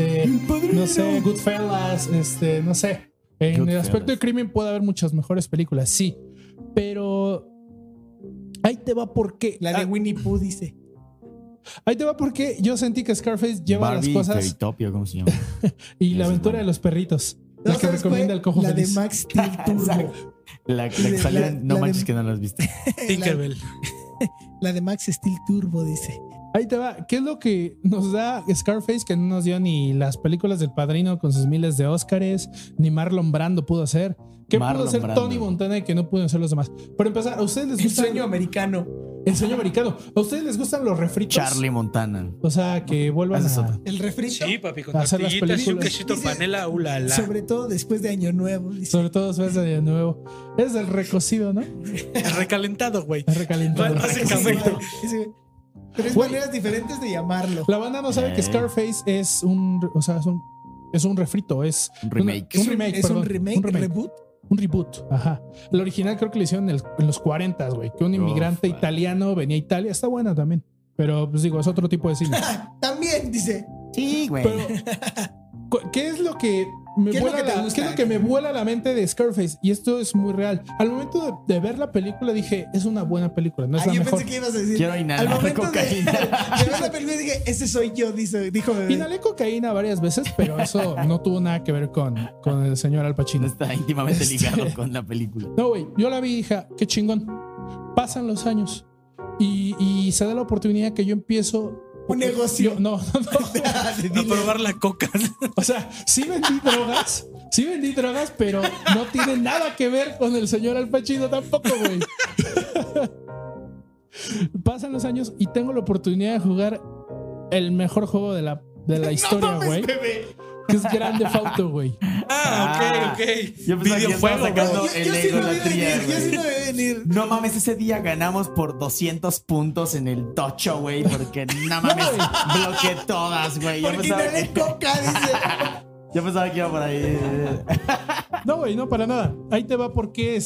no sé, Goodfellas, no sé. En el Goodfellas. aspecto de crimen puede haber muchas mejores películas, sí. Pero ahí te va porque. La de Winnie Pooh dice. Ahí te va porque yo sentí que Scarface lleva Barbie, las cosas Fairytopia, ¿cómo se llama? y la Esa es aventura buena. de los perritos. La que ¿Sabes recomienda cuál? el cojo La de feliz. Max Steel Turbo. La que salió en No la de- manches que no la has visto. Tinkerbell. La de Max Steel Turbo dice. Ahí te va. ¿Qué es lo que nos da Scarface que no nos dio ni las películas del Padrino con sus miles de Óscares, ni Marlon Brando pudo hacer? ¿Qué Marlon pudo hacer Brando. Tony Montana que no pudieron hacer los demás? Para empezar, ¿a ustedes les El gusta sueño americano. el sueño americano? ¿A ustedes les gustan los refritos? Charlie Montana. O sea, que vuelvan Ese es a... otro. El refrito. Sí, papi, con Hacer las tortillitas y un películas. quesito Dice- panela, ulala. Sobre todo después de Año Nuevo. Dice. Sobre todo después de nuevo. Es el recocido, ¿no? El recalentado, güey. El recalentado. Bueno, básicamente. Dice, tres Güey. maneras diferentes de llamarlo. La banda no sabe que Scarface es un... O sea, es un refrito. Es Un remake. Un remake, Es perdón. un remake, reboot. Un reboot, ajá. El original creo que lo hicieron en los 40, güey. Que un inmigrante Uf, italiano venía a Italia. Está buena también. Pero, pues digo, es otro tipo de cine. También dice. Sí, güey. Pero, ¿qué es lo que me ¿Qué es lo vuela que te la, gusta? qué es lo que me vuela la mente de Scarface? Y esto es muy real. Al momento de ver la película dije, es una buena película, no es la Yo mejor. pensé que ibas a decir. Quiero inhalar al momento cocaína. de ver la película dije, ese soy yo, dijo bebé. Inhalé cocaína varias veces, pero eso no tuvo nada que ver con el señor Al No Pacino. está íntimamente ligado con la película. No, güey, yo la vi y dije, "Ah, qué chingón. Pasan los años y se da la oportunidad que yo empiezo... Un negocio. No. A probar la coca. O sea, sí vendí drogas, pero no tiene nada que ver con el señor Al Pacino tampoco, güey. Pasan los años y tengo la oportunidad de jugar el mejor juego de la historia, güey. Que es Grand Theft Auto, güey. Ah, ok. Yo pensaba que ya estaba sacando Yo el sí ego lo vi latría, venir, yo sí güey. lo vi venir. No mames, ese día ganamos por 200 puntos en el tocho, güey, porque no mames, bloqueé todas, güey. Porque inhalé coca, dice. Yo pensaba que iba por ahí. No, güey, no, para nada. Ahí te va porque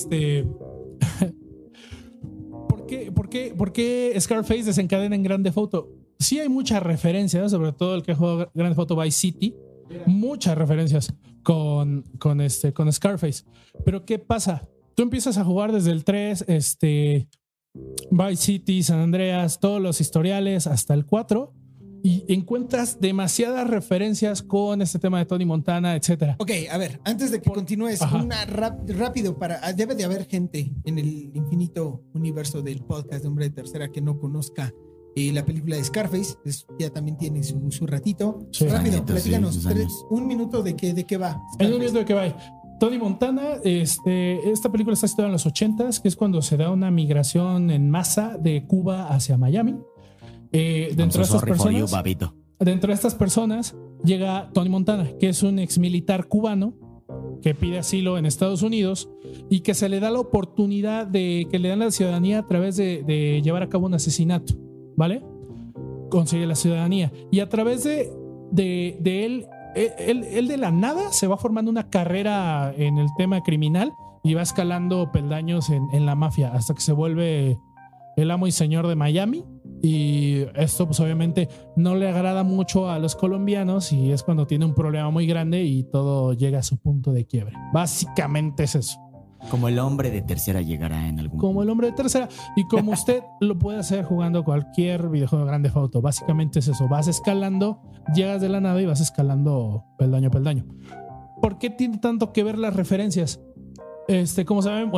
¿Por qué Scarface desencadena en Grand Theft Auto? Sí hay muchas referencias, sobre todo el que juega Grand Theft Auto Vice City. Muchas referencias con Scarface. Pero ¿qué pasa? Tú empiezas a jugar desde el 3, Vice City, San Andreas, todos los historiales hasta el 4 y encuentras demasiadas referencias con este tema de Tony Montana, etcétera. Ok, a ver, antes de que continúes, Ajá. rápido debe de haber gente en el infinito universo del podcast de Hombre de Tercera que no conozca la película de Scarface. Ya también tiene su ratito. Sí. Rápido, Añitos, platícanos. sí, sus años. Un minuto de qué va. En un minuto de que va. Tony Montana, esta película está situada en los 80s, que es cuando se da una migración en masa de Cuba hacia Miami. Dentro de estas personas llega Tony Montana, que es un ex militar cubano que pide asilo en Estados Unidos y que se le da la oportunidad de que le dan la ciudadanía a través de llevar a cabo un asesinato, ¿vale? Consigue la ciudadanía y a través de él de la nada se va formando una carrera en el tema criminal y va escalando peldaños en la mafia hasta que se vuelve el amo y señor de Miami. Y esto pues obviamente no le agrada mucho a los colombianos y es cuando tiene un problema muy grande y todo llega a su punto de quiebre. Básicamente es eso. Como el hombre de tercera llegará en algún Como el hombre de tercera y como usted lo puede hacer jugando cualquier videojuego de Grand Theft Auto. Básicamente es eso. Vas escalando, llegas de la nada y vas escalando peldaño a peldaño. ¿Por qué tiene tanto que ver las referencias? Como saben, bueno,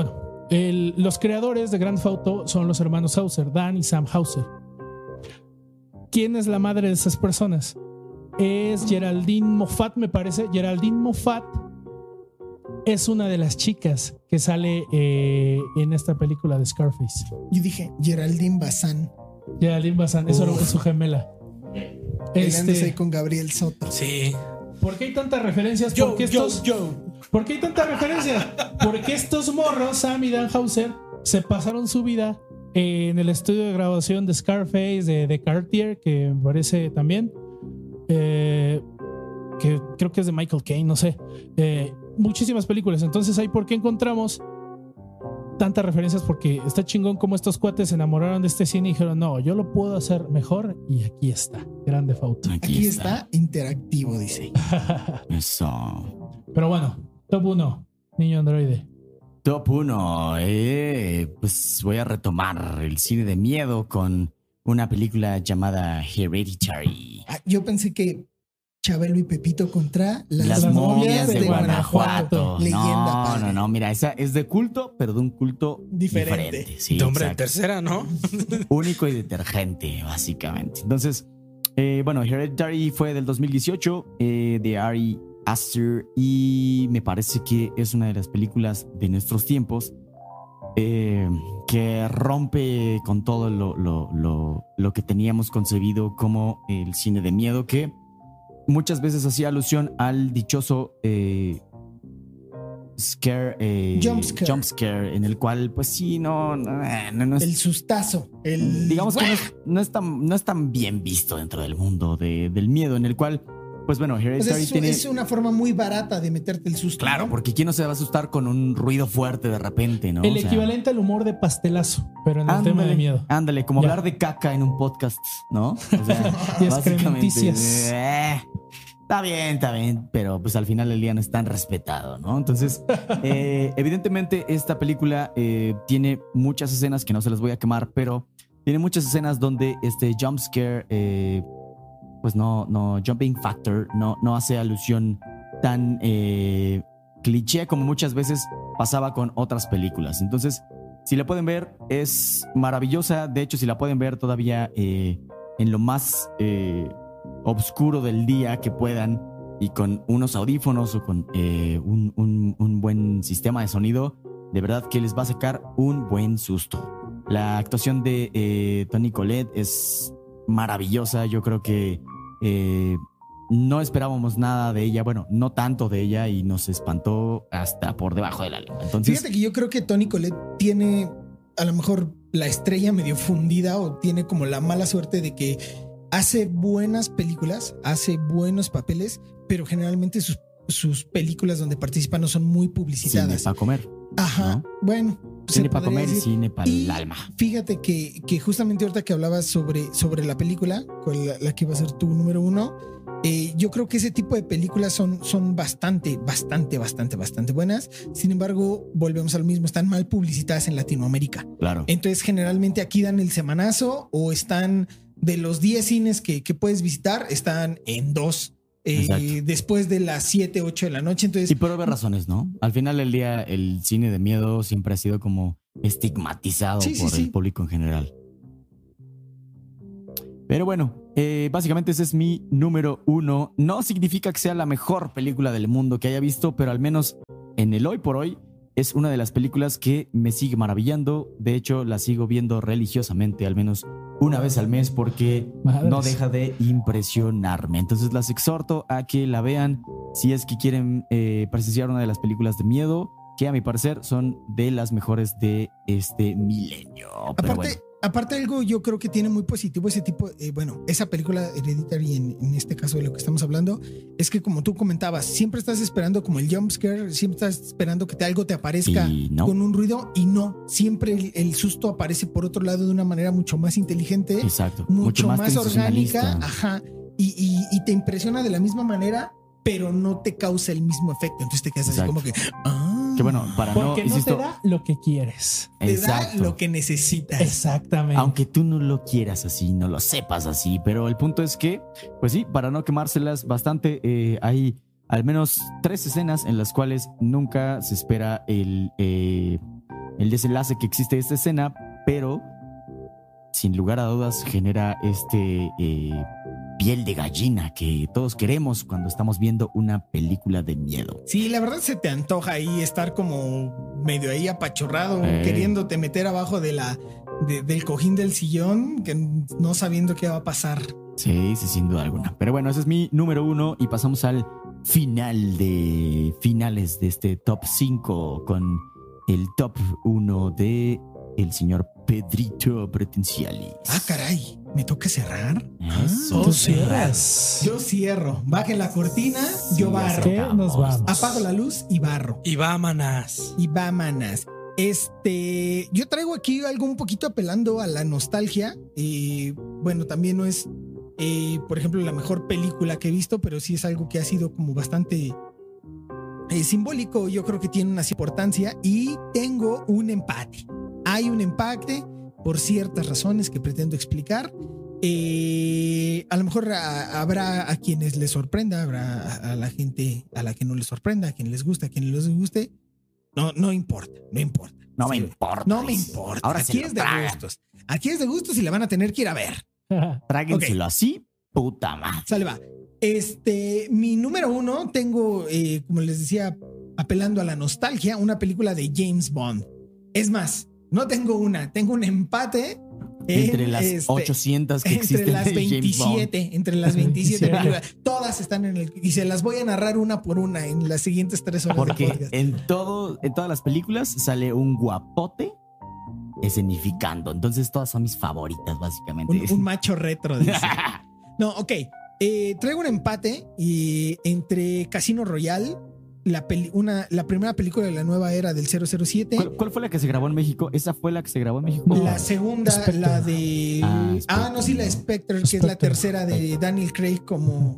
Los creadores de Grand Theft Auto son los hermanos Hauser, Dan y Sam Hauser. ¿Quién es la madre de esas personas? Es Geraldine Moffat, me parece. Geraldine Moffat es una de las chicas que sale en esta película de Scarface. Yo dije Geraldine Bazán. Geraldine Bazán, eso es su gemela. Peleándose con Gabriel Soto. Sí. ¿Por qué hay tantas referencias? ¿Por qué hay tantas referencias? Porque estos morros, Sam y Dan Hauser, se pasaron su vida en el estudio de grabación de Scarface, de Cartier, que me parece también, que creo que es de Michael Caine, no sé. Muchísimas películas. Entonces ahí por qué encontramos tantas referencias, porque está chingón como estos cuates se enamoraron de este cine y dijeron, no, yo lo puedo hacer mejor, y aquí está, Grand Theft Auto. Aquí está interactivo, dice. Eso. Pero bueno, top 1, Niño Androide. Top 1, pues voy a retomar el cine de miedo con una película llamada Hereditary. Yo pensé que Chabelo y Pepito contra las momias de Guanajuato. Leyenda. No, mira, esa es de culto, pero de un culto diferente. Sí, Nombre de tercera, ¿no? Único y detergente, básicamente. Entonces, bueno, Hereditary fue del 2018, de Ari Aster, y me parece que es una de las películas de nuestros tiempos que rompe con todo lo que teníamos concebido como el cine de miedo, que muchas veces hacía alusión al dichoso jump scare, en el cual, pues sí, no es, el sustazo. Digamos que no es tan bien visto dentro del mundo del miedo, en el cual, pues bueno, Hereditary tiene... Es una forma muy barata de meterte el susto. Claro, ¿no? Porque ¿quién no se va a asustar con un ruido fuerte de repente, no? El equivalente al humor de pastelazo, pero en el tema de miedo. Ándale, como hablar de caca en un podcast, ¿no? O sea, y excrementicias. Está bien, pero pues al final del día no es tan respetado, ¿no? Entonces, evidentemente esta película tiene muchas escenas que no se las voy a quemar, pero tiene muchas escenas donde este jump scare, pues no, jumping factor, no hace alusión tan cliché como muchas veces pasaba con otras películas. Entonces, si la pueden ver, es maravillosa. De hecho, si la pueden ver todavía en lo más obscuro del día que puedan, y con unos audífonos o con un buen sistema de sonido, de verdad que les va a sacar un buen susto. La actuación de Toni Collette es maravillosa. Yo creo que no esperábamos nada de ella, bueno, no tanto de ella, y nos espantó hasta por debajo de la lengua. Entonces, fíjate que yo creo que Toni Collette tiene a lo mejor la estrella medio fundida, o tiene como la mala suerte de que hace buenas películas, hace buenos papeles, pero generalmente sus películas donde participa no son muy publicitadas. Cine para comer. Ajá, ¿no? Bueno. Cine para comer y cine para el alma. Fíjate que justamente ahorita que hablabas sobre la película, con la que iba a ser tu número 1, yo creo que ese tipo de películas son bastante buenas. Sin embargo, volvemos a lo mismo, están mal publicitadas en Latinoamérica. Claro. Entonces, generalmente aquí dan el semanazo, o están de los 10 cines que puedes visitar, están en 2. Después de las 7, 8 de la noche. Entonces, y por obvias razones, ¿no? Al final del día, el cine de miedo siempre ha sido como estigmatizado por el público en general. Pero bueno, básicamente ese es mi número 1. No significa que sea la mejor película del mundo que haya visto, pero al menos en el hoy por hoy es una de las películas que me sigue maravillando. De hecho, la sigo viendo religiosamente, al menos una vez al mes, porque no deja de impresionarme. Entonces las exhorto a que la vean si es que quieren presenciar una de las películas de miedo, que a mi parecer son de las mejores de este milenio. Pero aparte algo yo creo que tiene muy positivo ese tipo, esa película Hereditary, en este caso de lo que estamos hablando, es que, como tú comentabas, siempre estás esperando como el jump scare, siempre estás esperando que algo te aparezca con un ruido, y no, siempre el susto aparece por otro lado de una manera mucho más inteligente. Exacto. Mucho más orgánica, ajá, y te impresiona de la misma manera, pero no te causa el mismo efecto. Entonces te quedas así como que que bueno, porque no te da lo que quieres. Te da lo que necesitas. Exactamente. Aunque tú no lo quieras así, no lo sepas así, pero el punto es que, pues sí, para no quemárselas bastante, hay al menos 3 escenas en las cuales nunca se espera el desenlace que existe esta escena, pero sin lugar a dudas genera piel de gallina que todos queremos cuando estamos viendo una película de miedo. Sí, la verdad se te antoja ahí estar como medio ahí apachurrado, queriéndote meter abajo del cojín del sillón, que no sabiendo qué va a pasar. Sí, sin duda alguna. Pero bueno, ese es mi número 1 y pasamos al finales de este top 5 con el top 1 de el señor Pedrito Pretenciali. Ah, caray, ¿me toca cerrar? Eso. Tú cierras. Yo cierro. Bajen la cortina, yo barro. ¿Qué nos vamos? Apago la luz y barro. Y vámonos. Y vámonos. Yo traigo aquí algo un poquito apelando a la nostalgia. Bueno, también no es, por ejemplo, la mejor película que he visto, pero sí es algo que ha sido como bastante simbólico. Yo creo que tiene una importancia y tengo un empate. Hay un empate por ciertas razones que pretendo explicar. A lo mejor habrá a quienes les sorprenda, habrá a la gente a la que no les sorprenda, a quien les gusta, a quien les guste. No importa. No me importa. No me importa. Ahora aquí es de gustos. Aquí es de gustos y la van a tener que ir a ver. Tráguenselo así, puta madre. Sale, va. Mi número 1 tengo, como les decía, apelando a la nostalgia, una película de James Bond. Es más, no tengo una, tengo un empate entre las 800 que existen las 27, entre las 27 películas. Todas están y se las voy a narrar una por una en las siguientes 3 horas. Porque en todas las películas sale un guapote escenificando. Entonces todas son mis favoritas, básicamente. Un macho retro, dice. No, ok. Traigo un empate entre Casino Royale, la primera película de la nueva era del 007. ¿Cuál fue la que se grabó en México? ¿Esa fue la que se grabó en México? La segunda, Spectre. La de... no, sí, la Spectre, que es la tercera de Daniel Craig como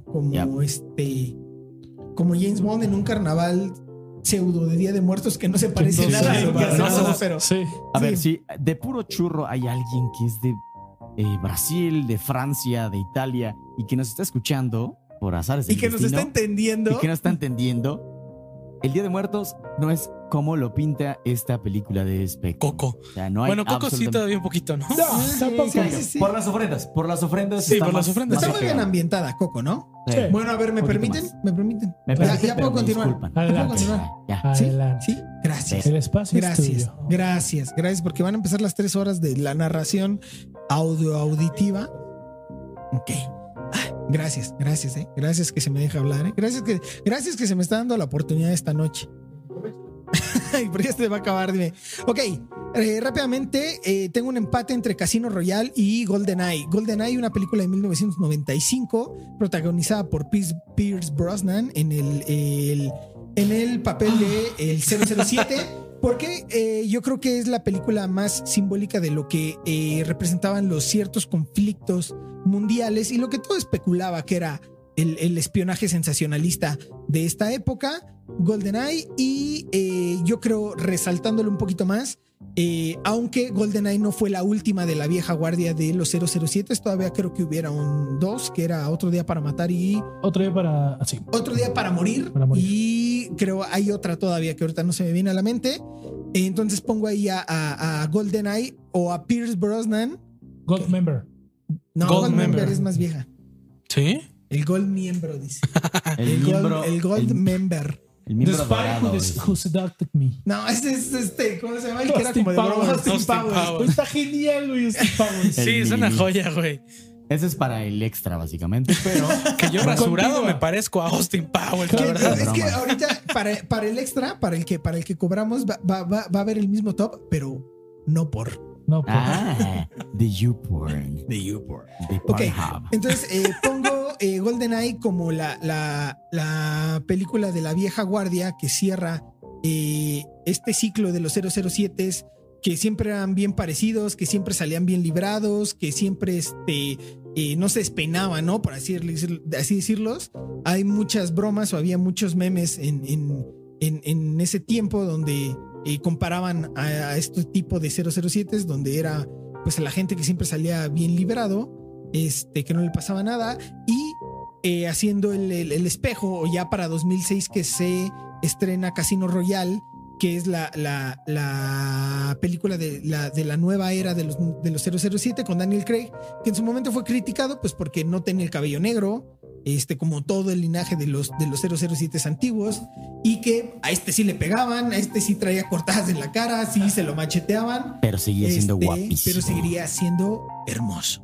James Bond en un carnaval pseudo de Día de Muertos que no se parece nada a lo que hacemos, pero... Sí. A ver, si de puro churro hay alguien que es de Brasil, de Francia, de Italia y que nos está escuchando por azares del destino, nos está entendiendo. Y que nos está entendiendo. El Día de Muertos no es como lo pinta esta película de Spectre. Coco. O sea, no hay Coco sí todavía un poquito, ¿no? Tampoco. Sí. Por las ofrendas. Sí, por las ofrendas. Está muy bien ambientada, Coco, ¿no? Sí. Bueno, a ver, ¿me permiten? Ya puedo continuar. Adelante. Adelante. Sí, gracias. El espacio es tuyo. Gracias, porque van a empezar las 3 horas de la narración auditiva. Ok. Gracias, gracias que se me deja hablar, Gracias que se me está dando la oportunidad esta noche. Porque ya se te va a acabar, dime. Ok, rápidamente, tengo un empate entre Casino Royale y GoldenEye. GoldenEye, una película de 1995, protagonizada por Pierce Brosnan en el papel de el 007. Porque yo creo que es la película más simbólica de lo que representaban los ciertos conflictos mundiales y lo que todo especulaba que era el espionaje sensacionalista de esta época, GoldenEye, y yo creo, resaltándolo un poquito más, aunque GoldenEye no fue la última de la vieja guardia de los 007, todavía creo que hubiera un 2, que era Otro Día para Matar y... Otro Día para... Sí. Otro Día para Morir. Y creo hay otra todavía que ahorita no se me viene a la mente. Entonces pongo ahí a GoldenEye o a Pierce Brosnan. Goldmember. No, Goldmember es más vieja. ¿Sí? El Gold Miembro, dice. El Gold Member. El miembro The Spy dorado, who seducted me. No, es ¿cómo se llama? El que era como de broma. Austin Powers. Está genial, güey, Austin Powers. Sí, es una joya, güey. Ese es para el extra, básicamente, pero... Que yo rasurado me parezco a Austin Powers, la verdad. Es que ahorita, para el extra, para el que cobramos, va a haber el mismo top, pero no por... No, por... The YouPorn. The YouPorn. Ok, entonces pongo GoldenEye como la película de la vieja guardia que cierra este ciclo de los 007 que siempre eran bien parecidos, que siempre salían bien librados, que siempre no se despeinaban, ¿no? Por así decirlos. Hay muchas bromas o había muchos memes en ese tiempo donde comparaban a este tipo de 007 donde era pues la gente que siempre salía bien librado, que no le pasaba nada, y haciendo el espejo, o ya para 2006 que se estrena Casino Royale, que es la película de la nueva era de los 007 con Daniel Craig, que en su momento fue criticado pues porque no tenía el cabello negro, como todo el linaje de los 007 antiguos, y que a este sí le pegaban, a este sí traía cortadas en la cara, sí se lo macheteaban. Pero seguía siendo guapísimo. Pero seguiría siendo hermoso.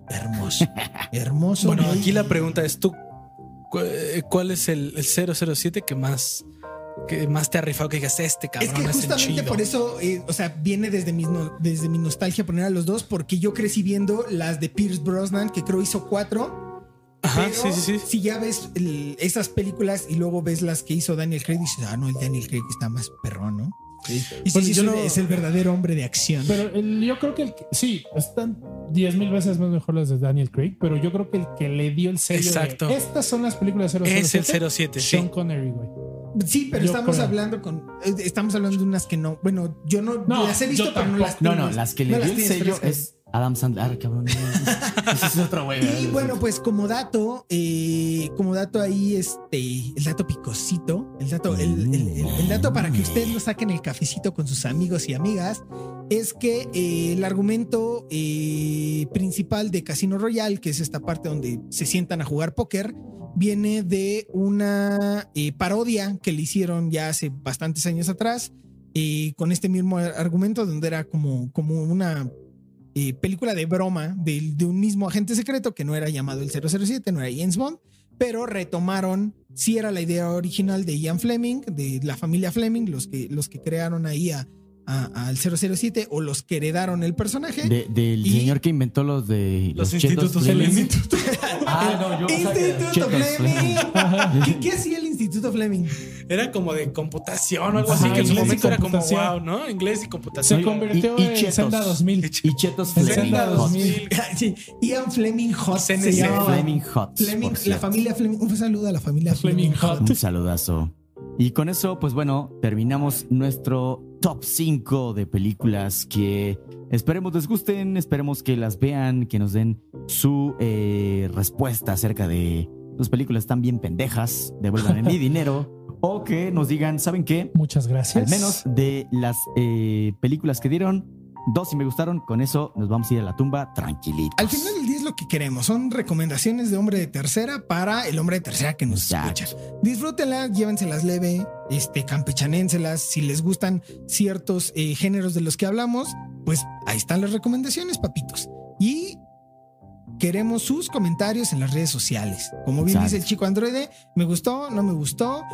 Bueno, aquí la pregunta es: ¿tú cuál es el 007 que más te ha rifado, que digas, este cabrón es que justamente chido? por eso, viene desde mi nostalgia poner a los dos, porque yo crecí viendo las de Pierce Brosnan, que creo hizo 4. Ajá, pero sí. si ya ves esas películas y luego ves las que hizo Daniel Craig, dices, no, el Daniel Craig está más perrón, ¿no? Sí. Y Pues sí, yo no- es el verdadero hombre de acción. Pero yo creo que sí, están 10,000 veces más mejor las de Daniel Craig, pero yo creo que el que le dio el sello Exacto. de estas son las películas de 007. Es el 07, Sean sí. Connery, güey. Sí, pero Yo estamos creo. hablando de unas que no. Bueno, yo no las he visto, yo pero no las No, tienes- las que no le las dio el tienes sello frescas. es Adam Sandler. Ah, cabrón. Ese es otro güey. Y bueno, pues como dato ahí, el dato picosito, el dato para que ustedes lo saquen el cafecito con sus amigos y amigas, es que el argumento principal de Casino Royale, que es esta parte donde se sientan a jugar póker, viene de una parodia que le hicieron ya hace bastantes años atrás, con este mismo argumento, donde era como una película de broma de un mismo agente secreto que no era llamado el 007, no era James Bond, pero retomaron, sí era la idea original de Ian Fleming, de la familia Fleming, los que crearon ahí al 007 o los que heredaron el personaje. Del señor que inventó los institutos Fleming. Fleming. Instituto Fleming. ¿Qué hacía el Instituto Fleming? Era como de computación o algo Ajá, así, que en su inglés y momento era como computación. wow, ¿no? Inglés y computación. Se convirtió y en chetos. Senda 2000. Y Chetos En Fleming. Senda 2000. Sí, Ian Fleming Hot. se CNC. llamaba. Fleming Hot. Fleming, por la cierto. familia Fleming. Un saludo a la familia Fleming Fleming Hot. Un saludazo. Y con eso, pues bueno, terminamos nuestro top 5 de películas que esperemos les gusten, esperemos que las vean, que nos den su respuesta acerca de sus películas tan bien pendejas, devuélvanme mi dinero, o que nos digan, ¿saben qué? Muchas gracias. Al menos de las películas que dieron, 2 si me gustaron, con eso nos vamos a ir a la tumba tranquilitos. Al final del día es lo que queremos. Son recomendaciones de hombre de tercera para el hombre de tercera que nos Exacto. escucha. Disfrútenlas, llévenselas leve, campechanénselas. Si les gustan ciertos géneros de los que hablamos, pues ahí están las recomendaciones, papitos. Y queremos sus comentarios en las redes sociales. Como bien Exacto. dice el chico androide, me gustó, no me gustó.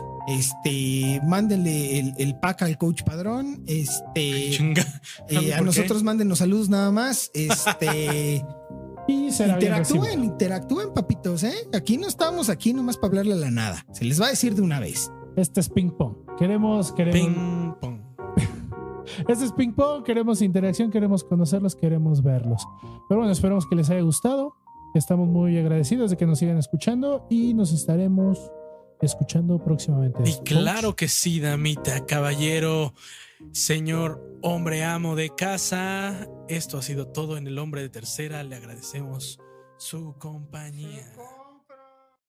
Mándenle el pack al coach padrón. Chinga. A ¿Por qué? nosotros mándenos saludos nada más. Y será bien recibido. Interactúen, papitos, ¿eh? Aquí no estamos aquí nomás para hablarle a la nada. Se les va a decir de una vez. Este es ping pong. Queremos. Ping pong. Este es ping pong. Queremos interacción, queremos conocerlos, queremos verlos. Pero bueno, esperamos que les haya gustado. Estamos muy agradecidos de que nos sigan escuchando y nos estaremos escuchando próximamente. Y claro que sí, damita, caballero, señor hombre amo de casa. Esto ha sido todo en El Hombre de Tercera. Le agradecemos su compañía.